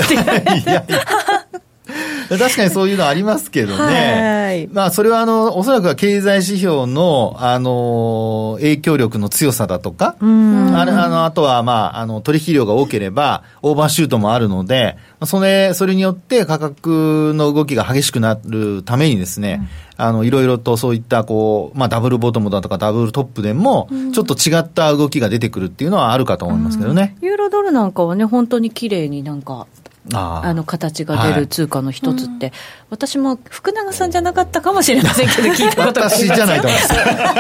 確かにそういうのありますけどね。それはおそらくは経済指標の影響力の強さだとか、あとは取引量が多ければオーバーシュートもあるので、それによって価格の動きが激しくなるためにですね、いろいろとそういったダブルボトムだとかダブルトップでもちょっと違った動きが出てくるっていうのはあるかと思いますけどね。 ユーロドルなんかはね本当に綺麗になんか形が出る通貨の一つって、私も福永さんじゃなかったかもしれませんけど聞いたことがあります。 私じゃないと思います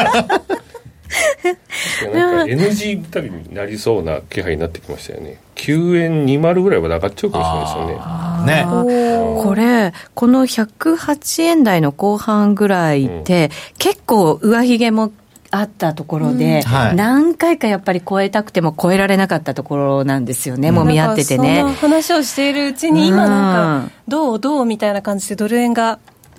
なんか NG たりになりそうな気配になってきましたよね。9円20ぐらいまで上がっちゃうかもしれないですよね。 この108円台の後半ぐらいって、結構上髭もあったところで、何回かやっぱり超えたくても超えられなかったところなんですよね、もみ合っててね。 その話をしているうちに今なんかどうみたいな感じでドル円が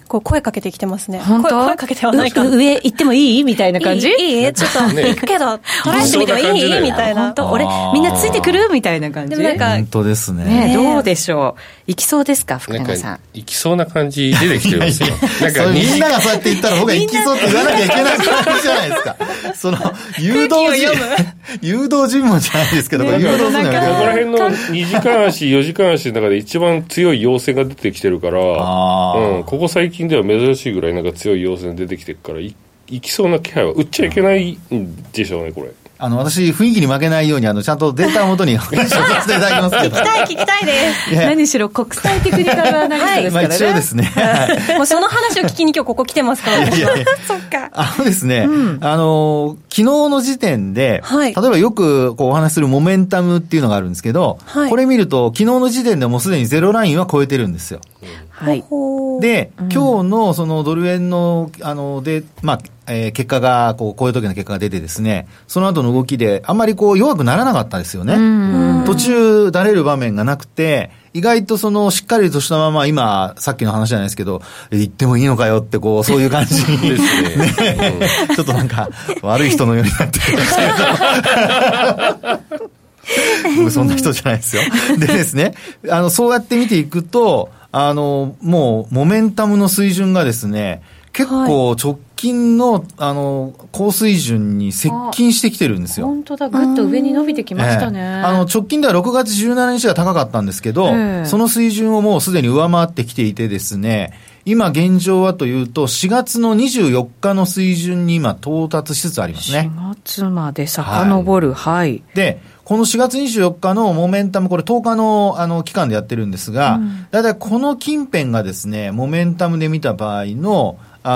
こう声かけてきてますね。 本当？ 声かけてはないか。 上行ってもいいみたいな感じ？ いいちょっと行くけど、トライしてみてもいいみたいな。 本当俺、みんなついてくるみたいな感じ。 でもなんか、 本当ですね。 ね、どうでしょう。行きそうですか、福永さん。 行きそうな感じ出てきてるんですよ。なんかみんながそうやって言ったら僕は行きそうって言わなきゃいけない感じじゃないですか。その、誘導尋問じゃないですけど、誘導するのよ。 ここら辺の2時間足、4時間足の中で一番強い陽線が出てきてるから、ここ最近では珍しいぐらいなんか強い陽線出てきてるから、行きそうな気配は売っちゃいけないんでしょうね、これ。 私、雰囲気に負けないように、ちゃんとデータをもとに話をさせていただきますけど。 聞きたいです。 何しろ国際テクニカルアナリストですからね。 まあ一応ですね。 もうその話を聞きに今日ここ来てますから。そっか。 ですね、昨日の時点で、例えばよくこうお話しするモメンタムっていうのがあるんですけど、これ見ると、昨日の時点でもうすでにゼロラインは超えてるんですよ。 はい。 で、今日のそのドル円の、で、結果が、こういう時の結果が出てですね、その後の動きで、あんまりこう弱くならなかったですよね。途中、だれる場面がなくて、意外とその、しっかりとしたまま、今、さっきの話じゃないですけど、言ってもいいのかよって、こう、そういう感じに。ですね。ちょっとなんか、悪い人のようになってるんですけど。僕そんな人じゃないですよ。でですね、そうやって見ていくと、もう、モメンタムの水準がですね、結構直近の、高水準に接近してきてるんですよ。 本当だ、ぐっと上に伸びてきましたね。 直近では6月17日が高かったんですけど、その水準をもうすでに上回ってきていてですね、今現状はというと、4月の24日の水準に今到達しつつありますね。 4月まで遡る。はい。 で、この4月24日のモメンタム、これ10日の期間でやってるんですが、だいたいこの近辺がですね、モメンタムで見た場合の、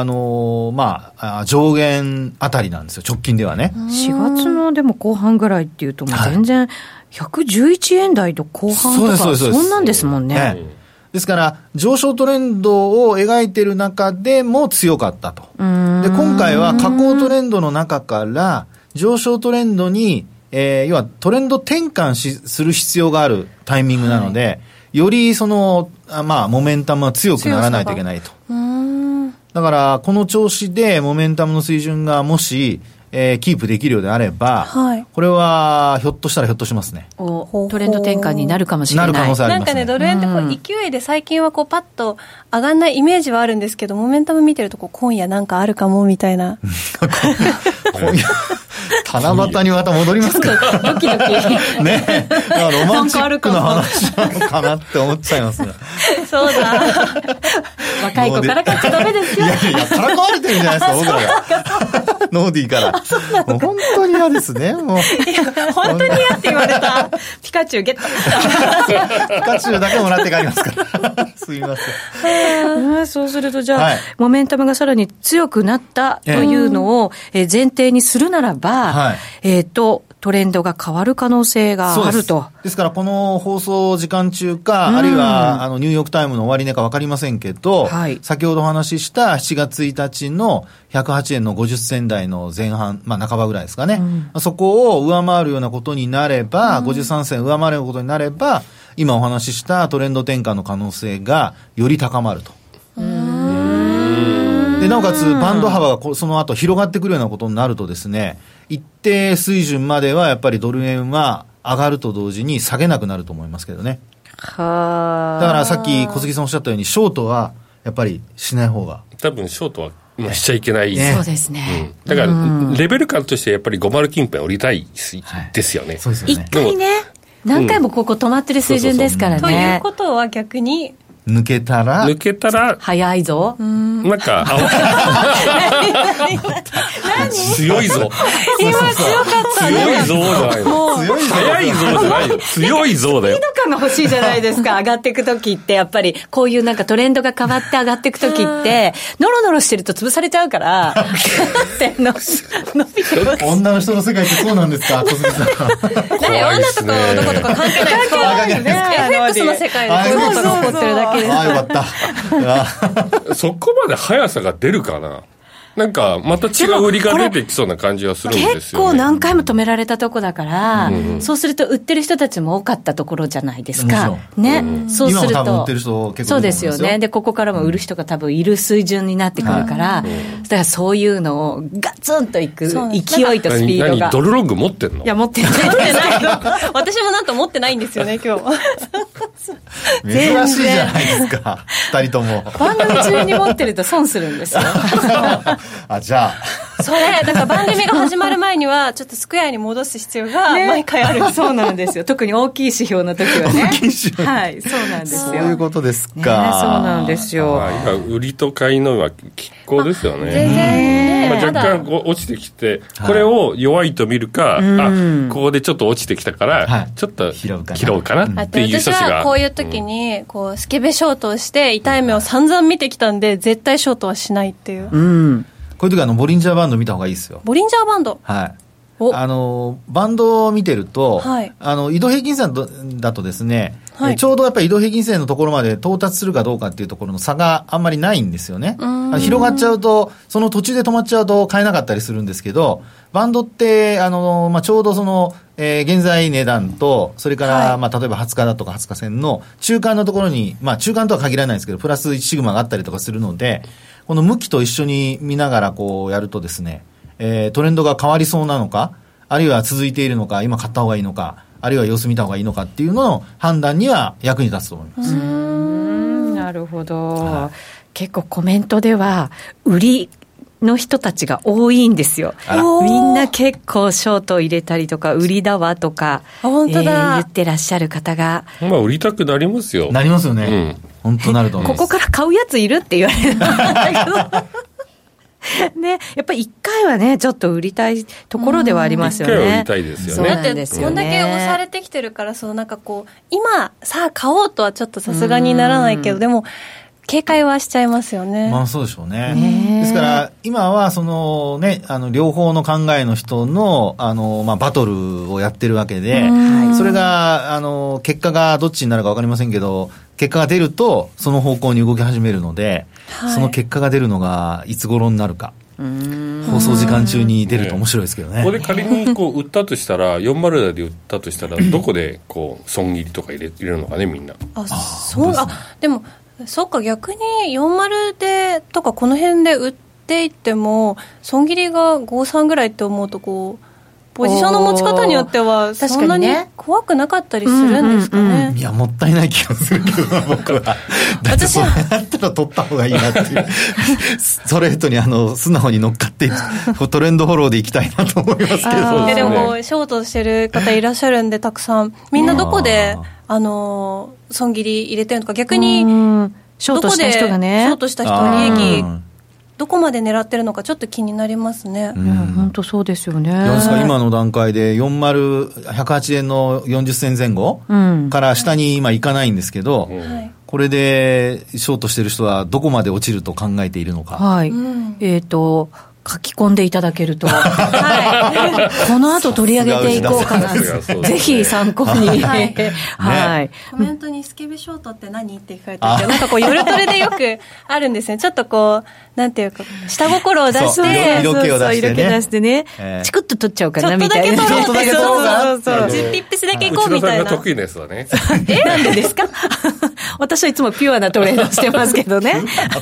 上限あたりなんですよ、直近ではね。 4月のでも後半ぐらいっていうと、もう全然111円台と後半とか、そんなんですもんね。 ですから、上昇トレンドを描いている中でも強かったと。で、今回は下降トレンドの中から上昇トレンドに、要はトレンド転換する必要があるタイミングなので、よりその、モメンタムは強くならないといけないと。だから、この調子でモメンタムの水準がもし、キープできるようであれば、これはひょっとしますね。 トレンド転換になるかもしれない。 なる可能性ありますね。 なんかね、ドル円ってこう勢いで最近はこうパッと上がんないイメージはあるんですけど、モメンタム見てるとこう今夜なんかあるかもみたいな。 今夜七夕にまた戻りますか。 ドキドキ。 ね、ロマンチックな話なのかなって思っちゃいますね。 そうだ。 若い子からかっちゃダメですよ。 いや、からかわれてるんじゃないですか、僕らが。ノーディーから。もう本当に嫌ですね、もう。 本当に嫌って言われた。 ピカチュウゲット。 ピカチュウだけもらって帰りますから。すみません。 そうすると、じゃあ、モメンタムがさらに強くなったというのを前提にするならば、トレンドが変わる可能性があると。 ですから、この放送時間中か、あるいはニューヨークタイムの終値か分かりませんけど、先ほどお話しした7月1日の108円の50銭台の前半、半ばぐらいですかね。そこを上回るようなことになれば、53銭上回るようなことになれば、今お話ししたトレンド転換の可能性がより高まると。で、なおかつバンド幅がその後広がってくるようなことになるとですね、一定水準まではやっぱりドル円は上がると同時に下げなくなると思いますけどね。だからさっき小杉さんおっしゃったように、ショートはやっぱりしない方が。 多分ショートはしちゃいけない。 そうですね。 だからレベル感としてやっぱり50近辺降りたいですよね。 そうですよね。 一回ね、何回もここ止まってる水準ですからね。 ということは逆に抜けたら早いぞ。 なんか強いぞ。 今強かったね。 強いぞじゃないの。早いぞじゃないよ。強いぞだよ。 スピード感が欲しいじゃないですか。上がっていくときってやっぱりこういうなんかトレンドが変わって上がっていくときってノロノロしてると潰されちゃうからって伸びてます。 女の人の世界ってそうなんですか、小杉さん。 女とかどことか関係ないですか。FX の世界でこういうことが起こってるだけです。 よかった。 そこまで速さが出るかな。 なんかまた違う売りが出てきそうな感じはするんですよね。 結構何回も止められたとこだから、そうすると売ってる人たちも多かったところじゃないですか。ね、そうすると今も多分売ってる人結構いると思いますよ。 そうですよね。でここからも売る人が多分いる水準になってくるから、だからそういうのをガツンといく勢いとスピードが。 ドルロング持ってんの？ いや持ってない。 私もなんと持ってないんですよね今日。 珍しいじゃないですか2人とも。 番組中に持ってると損するんですよ。 あ、じゃあそれだから番組が始まる前にはちょっとスクエアに戻す必要が毎回ある、 ね、そうなんですよ。特に大きい指標の時はね。 大きい指標、 はい、そうなんですよ。 そういうことですか、 ね、そうなんですよ。 今売りと買いのは拮抗ですよね。 全然、 まあ、若干落ちてきて、これを弱いと見るか、ここでちょっと落ちてきたから、ちょっと拾うかなっていう人たちが。 私はこういう時にこうスケベショートをして痛い目を散々見てきたんで、絶対ショートはしないっていう、 こういう時ボリンジャーバンド見た方がいいですよ。 ボリンジャーバンド、 はい、バンドを見てると、 はい、 移動平均線だとですね、 はい、 ちょうどやっぱり移動平均線のところまで到達するかどうかっていうところの差があんまりないんですよね。広がっちゃうと、その途中で止まっちゃうと買えなかったりするんですけど、バンドってちょうどその、現在値段と、それから、はい、例えば20日だとか20日線の中間のところに、中間とは限らないですけどプラス1シグマがあったりとかするので、この向きと一緒に見ながらこうやるとですね、トレンドが変わりそうなのか、あるいは続いているのか、今買った方がいいのか、あるいは様子見た方がいいのかっていうのの判断には役に立つと思います。 なるほど、結構コメントでは売りの人たちが多いんですよ。みんな結構ショートを入れたりとか売りだわとか、 本当だ、 言ってらっしゃる方が、 売りたくなりますよ。 なりますよね、本当なると思います。 ここから買うやついるって言われるんだけどね、やっぱり1回はねちょっと売りたいところではありますよね。 1回は売りたいですよね。 だってこんだけ押されてきてるから、なんかこう今さあ買おうとはちょっとさすがにならないけど、でも警戒はしちゃいますよね。 そうでしょうね。ですから今はそのね、両方の考えの人のバトルをやってるわけで、それが結果がどっちになるか分かりませんけど、結果が出るとその方向に動き始めるので、その結果が出るのがいつ頃になるか、放送時間中に出ると面白いですけどね。 ここで仮に売ったとしたら40台で売ったとしたらどこで損切りとか入れるのかね、みんな。 でもそうか、逆に40でとかこの辺で売っていっても損切りが53ぐらいって思うと、ポジションの持ち方によってはそんなに怖くなかったりするんですかね。 いや、もったいない気がするけどな、僕は。だってそれだったら取った方がいいなっていうストレートに素直に乗っかってトレンドフォローでいきたいなと思いますけど。 でもショートしてる方いらっしゃるんで、たくさんみんなどこで損切り入れてるのか、逆にショートした人がね、 ショートした人は利益どこまで狙ってるのかちょっと気になりますね。 本当そうですよね。 今の段階で108円の40銭前後から下に今いかないんですけど、これでショートしてる人はどこまで落ちると考えているのか。 はい、書き込んでいただけると、この後取り上げていこうかな、ぜひ参考に、 コメントにスケベショートって何って聞かれてて、なんか夜トレでよくあるんですね。ちょっとなんていうか下心を出して、 色気を出してね、 チクッと取っちゃおうかなみたいな、 ちょっとだけ取ろうか、 10ピップスだけいこうみたいな。 うちのさんが得意なやつだね。 なんでですか私はいつもピュアなトレードしてますけどね。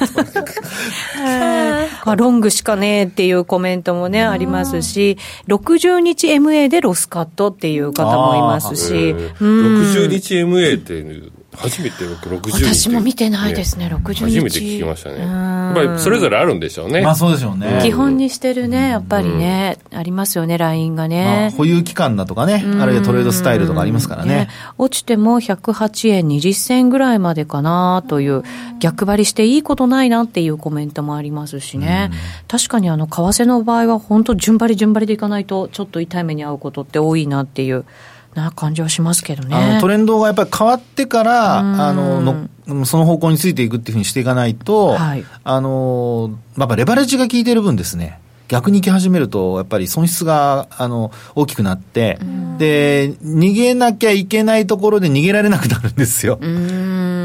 ロングしかねっていうコメントもねありますし、60日 MA でロスカットっていう方もいますし、 60日 MA って初めて60日、 私も見てないですね。60日初めて聞きましたね。やっぱりそれぞれあるんでしょうね。 そうでしょうね。 基本にしてるね、やっぱりね、ありますよね、ラインがね。 保有期間だとかね、あるいはトレードスタイルとかありますからね。 落ちても108円20銭ぐらいまでかなという、逆張りしていいことないなっていうコメントもありますしね。確かに為替の場合は本当順張りでいかないとちょっと痛い目に遭うことって多いなっていう感じはしますけどね。 トレンドがやっぱり変わってからその方向についていくっていうふうにしていかないと、やっぱレバレッジが効いてる分ですね、逆に行き始めるとやっぱり損失が大きくなって、で逃げなきゃいけないところで逃げられなくなるんですよ。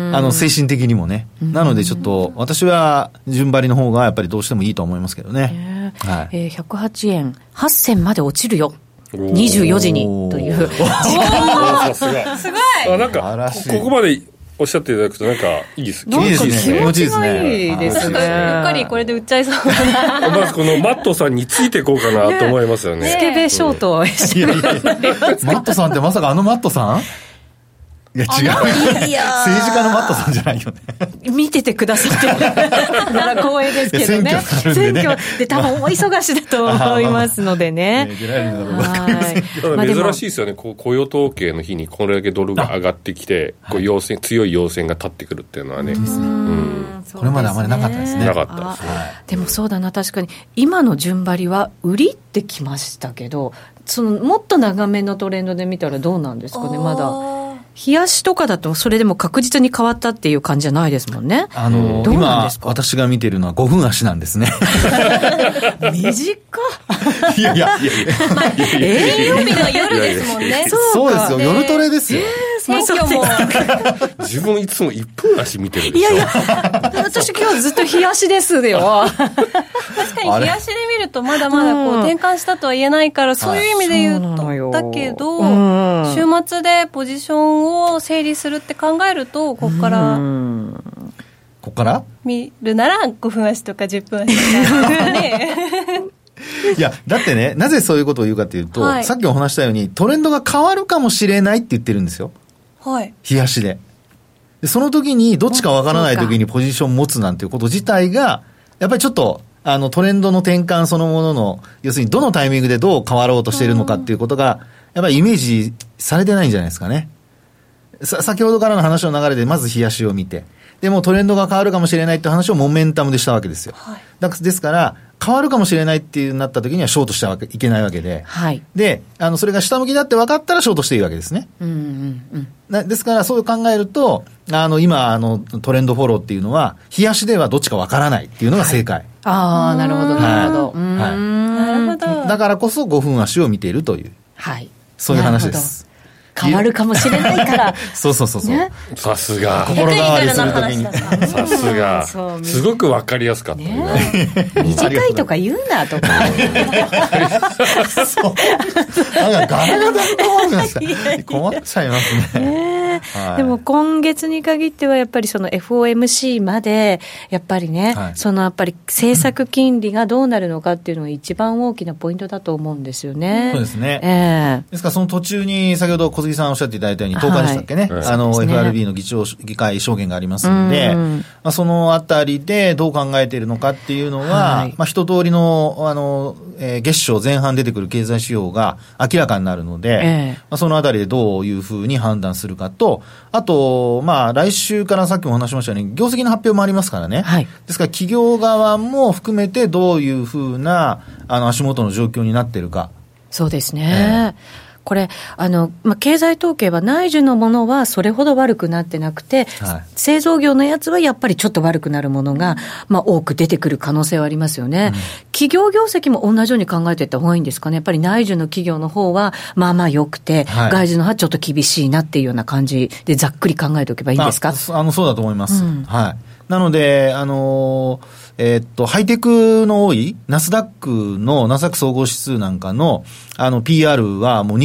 精神的にもね。なのでちょっと私は順張りの方がやっぱりどうしてもいいと思いますけどね。 108円8銭まで落ちるよ。24時にという時間。 さすが。すごい。なんかここまでおっしゃっていただくとなんかいいです。 なんか気持ちがいいですね。 うっかりこれで売っちゃいそうだな。 まずこのマットさんについていこうかなと思いますよね。 スケベショートをしてます。 マットさんってまさかマットさん？いや違う。政治家のマットさんじゃないよね。 見ててくださってるなら光栄ですけどね。選挙で多分お忙しいだと思いますのでね。 珍しいですよね。雇用統計の日にこれだけドルが上がってきて、強い陽線が立ってくるっていうのはね。 これまであまりなかったですね。 なかったですね。 でもそうだな、確かに今の順張りは売りってきましたけど、もっと長めのトレンドで見たらどうなんですかね。まだ冷やしとかだとそれでも確実に変わったっていう感じじゃないですもんね。どうなんですか。 今私が見てるのは5分足なんですね。 短いや営業日の夜ですもんね。 そうですよ、夜トレですよ。 選挙も自分いつも1分足見てるでしょ。 いや私今日ずっと冷やしですよ。 確かに冷やしで見るとまだまだ転換したとは言えないから、そういう意味で言うとだけど、週末でポジションを整理するって考えると、ここから見るなら5分足とか10分足とかね。 いやだってね、なぜそういうことを言うかというと、さっきお話したようにトレンドが変わるかもしれないって言ってるんですよ。冷やしでその時にどっちかわからない時にポジション持つなんていうこと自体がやっぱりちょっとトレンドの転換そのものの、要するにどのタイミングでどう変わろうとしているのかっていうことがやっぱりイメージされてないんじゃないですかね。先ほどからの話の流れでまず冷やしを見て、でもトレンドが変わるかもしれないって話をモメンタムでしたわけですよ。ですから変わるかもしれないってなった時にはショートしてはいけないわけで、でそれが下向きだって分かったらショートしていいわけですね。ですからそう考えると今トレンドフォローっていうのは冷やしではどっちか分からないっていうのが正解。 なるほどなるほど。 なるほど。 だからこそ5分足を見ているという、そういう話です。 変わるかもしれないからそう、ね、 さすが心変わりするときにさすがすごく分かりやすかった、 短いとか言うなとかそうなんかガラガラだと困っちゃいますね。 でも今月に限ってはやっぱりその FOMC までやっぱりね、やっぱり政策金利がどうなるのかっていうのが一番大きなポイントだと思うんですよね。 そうですね。ですからその途中に先ほど小杉さんおっしゃっていただいたように10日でしたっけね、FRB の議会証言がありますので、そのあたりでどう考えているのかっていうのは、一通りの月初前半出てくる経済指標が明らかになるので、そのあたりでどういうふうに判断するかと、あと来週からさっきも話しましたように業績の発表もありますからね、ですから企業側も含めてどういうふうな足元の状況になっているか。 そうですね。これ経済統計は内需のものはそれほど悪くなってなくて、製造業のやつはやっぱりちょっと悪くなるものが、多く出てくる可能性はありますよね。企業業績も同じように考えていった方がいいんですかね。やっぱり内需の企業の方は良くて、外需の方はちょっと厳しいなっていうような感じでざっくり考えておけばいいですか。 そうだと思います。なのでハイテクの多いナスダック総合指数なんかのPR はもう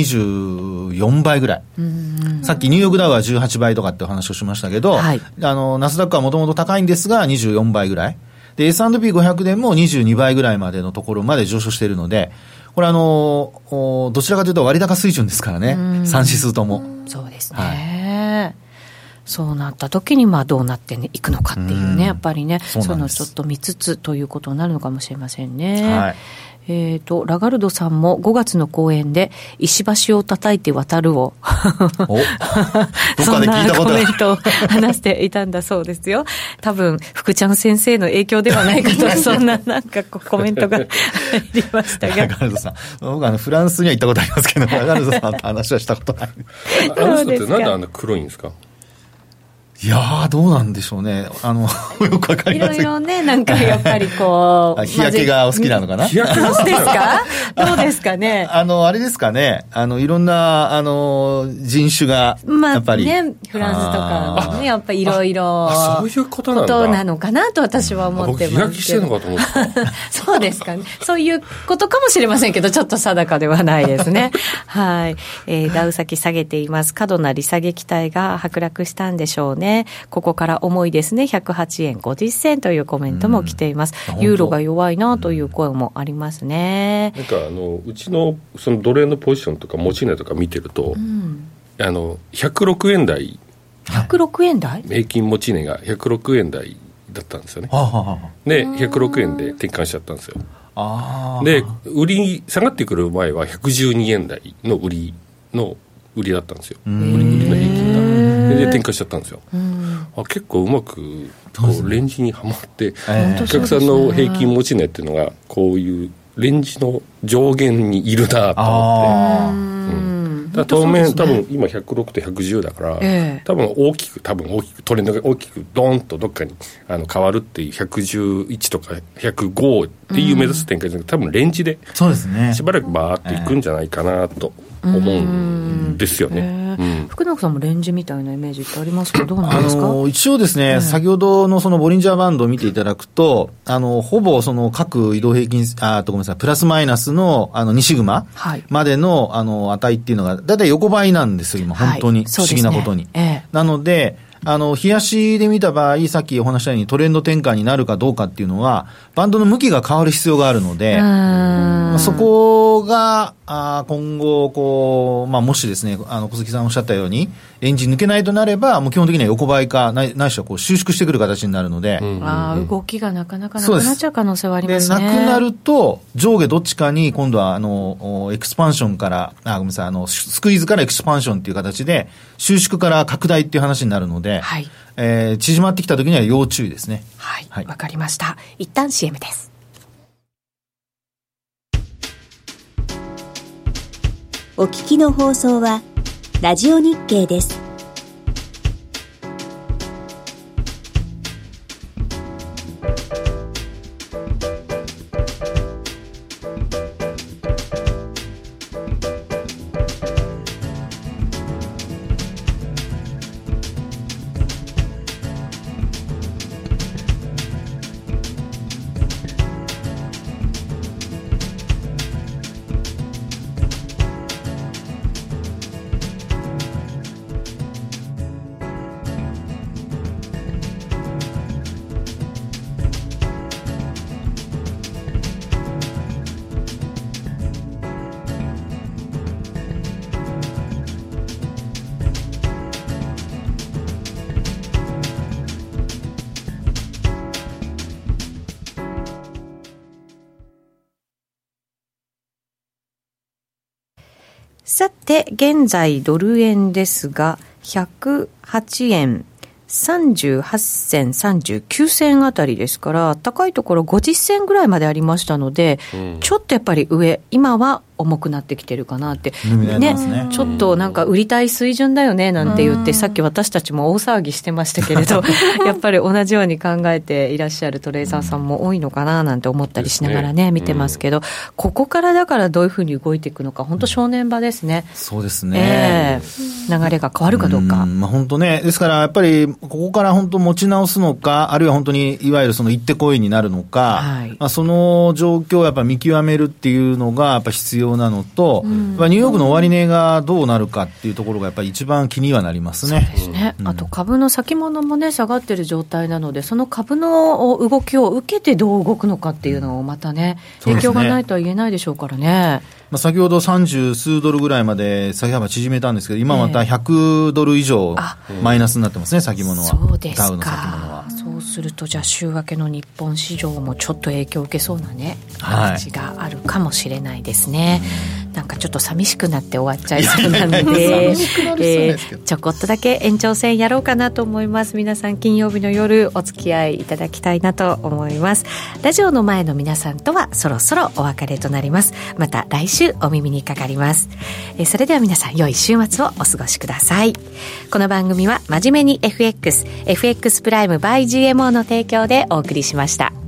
24倍ぐらい。さっきニューヨークダウは18倍とかってお話をしましたけど、ナスダックはもともと高いんですが24倍ぐらいで S&P500 でも22倍ぐらいまでのところまで上昇しているので、これどちらかというと割高水準ですからね、3指数とも。 そうですね。そうなった時にどうなっていくのかっていうね、やっぱりね、そういうのをちょっと見つつということになるのかもしれませんね。ラガルドさんも5月の講演で石橋を叩いて渡るをそんなコメントを話していたんだそうですよ。多分福ちゃん先生の影響ではないかとそんなコメントが入りましたが、ラガルドさん、僕フランスには行ったことありますけどラガルドさんと話はしたことない。 あの人ってなんであんな黒いんですか。 いやーどうなんでしょうね。よくわかりません。 いろいろね、なんかやっぱりこう日焼けがお好きなのかな。 日焼けがどうですかどうですかね。 あれですかね。いろんな人種がやっぱり、 ね、フランスとかね、やっぱりいろいろそういうことなんだ。 ことなのかなと私は思ってますけど。 僕日焼けしてるのかと思ったそうですかね。そういうことかもしれませんけど、ちょっと定かではないですね。はい。ダウ先下げています。過度な利下げ期待が剥落したんでしょうね。ここから重いですね。108円50銭というコメントも来ています。ユーロが弱いなという声もありますね。 なんかうちのそのドル円のポジションとか持ち値とか見てると、106円台。 106円台平均持ち値が106円台だったんですよね。で106円で転換しちゃったんですよ。で売り下がってくる前は112円台の売りだったんですよ。売りの平均がで転換しちゃったんですよ。結構うまくこうレンジにはまって、お客さんの平均持ち値っていうのがこういうレンジの上限にいるなと思って、当面多分今106と110だから、多分大きくトレンドが大きくドーンとどっかに変わるっていう111とか105っていう目指す展開じゃなくて、多分レンジでしばらくバーッといくんじゃないかなと思うんですよね。 福永さんもレンジみたいなイメージってありますか？どうなんですか？ 一応ですね、先ほどのそのボリンジャーバンドを見ていただくと、ほぼその各移動平均ごめんなさい、プラスマイナスの2シグマまでの値っていうのがだいたい横ばいなんですよ今、本当に不思議なことに。なので日足で見た場合、さっきお話したようにトレンド転換になるかどうかっていうのは、バンドの向きが変わる必要があるので、そこが、今後、もしですね、小杉さんおっしゃったように、レンジ抜けないとなれば、もう基本的には横ばいか、ないしは収縮してくる形になるので。 動きがなかなかなくなっちゃう可能性はありますね。 で、なくなると、上下どっちかに、今度は、エクスパンションから、ごめんなさい、スクイーズからエクスパンションっていう形で、収縮から拡大っていう話になるので、縮まってきた時には要注意ですね。 はい、わかりました。一旦 CM です。 お聞きの放送はラジオ日経です。 さて現在ドル円ですが108円38銭39銭あたりですから、高いところ50銭ぐらいまでありましたので、ちょっとやっぱり今は重くなってきてるかなって、ね、ちょっとなんか売りたい水準だよねなんて言って、さっき私たちも大騒ぎしてましたけれどやっぱり同じように考えていらっしゃるトレーザーさんも多いのかななんて思ったりしながらね、見てますけど、ここからだからどういうふうに動いていくのか、本当正念場ですね。 そうですね、 流れが変わるかどうか。 本当ね、ですからやっぱりここから本当持ち直すのか、あるいは本当にいわゆるその行ってこいになるのか、その状況をやっぱ見極めるっていうのがやっぱ必要なのと、ニューヨークの終値がどうなるかっていうところがやっぱり一番気にはなりますね。 そうですね、あと株の先物もね下がってる状態なので、その株の動きを受けてどう動くのかっていうのをまたね、影響がないとは言えないでしょうからね。 先ほど30数ドルぐらいまで先幅縮めたんですけど、今また100ドル以上マイナスになってますね、先物は。 そうですか。 ダウの先物は。 そうするとじゃあ週明けの日本市場もちょっと影響を受けそうなね、形があるかもしれないですね。 なんかちょっと寂しくなって終わっちゃいそうなのでちょこっとだけ延長戦やろうかなと思います。皆さん金曜日の夜お付き合いいただきたいなと思います。ラジオの前の皆さんとはそろそろお別れとなります。また来週お耳にかかります。それでは皆さん良い週末をお過ごしください。この番組は真面目にFX プライム by GMO の提供でお送りしました。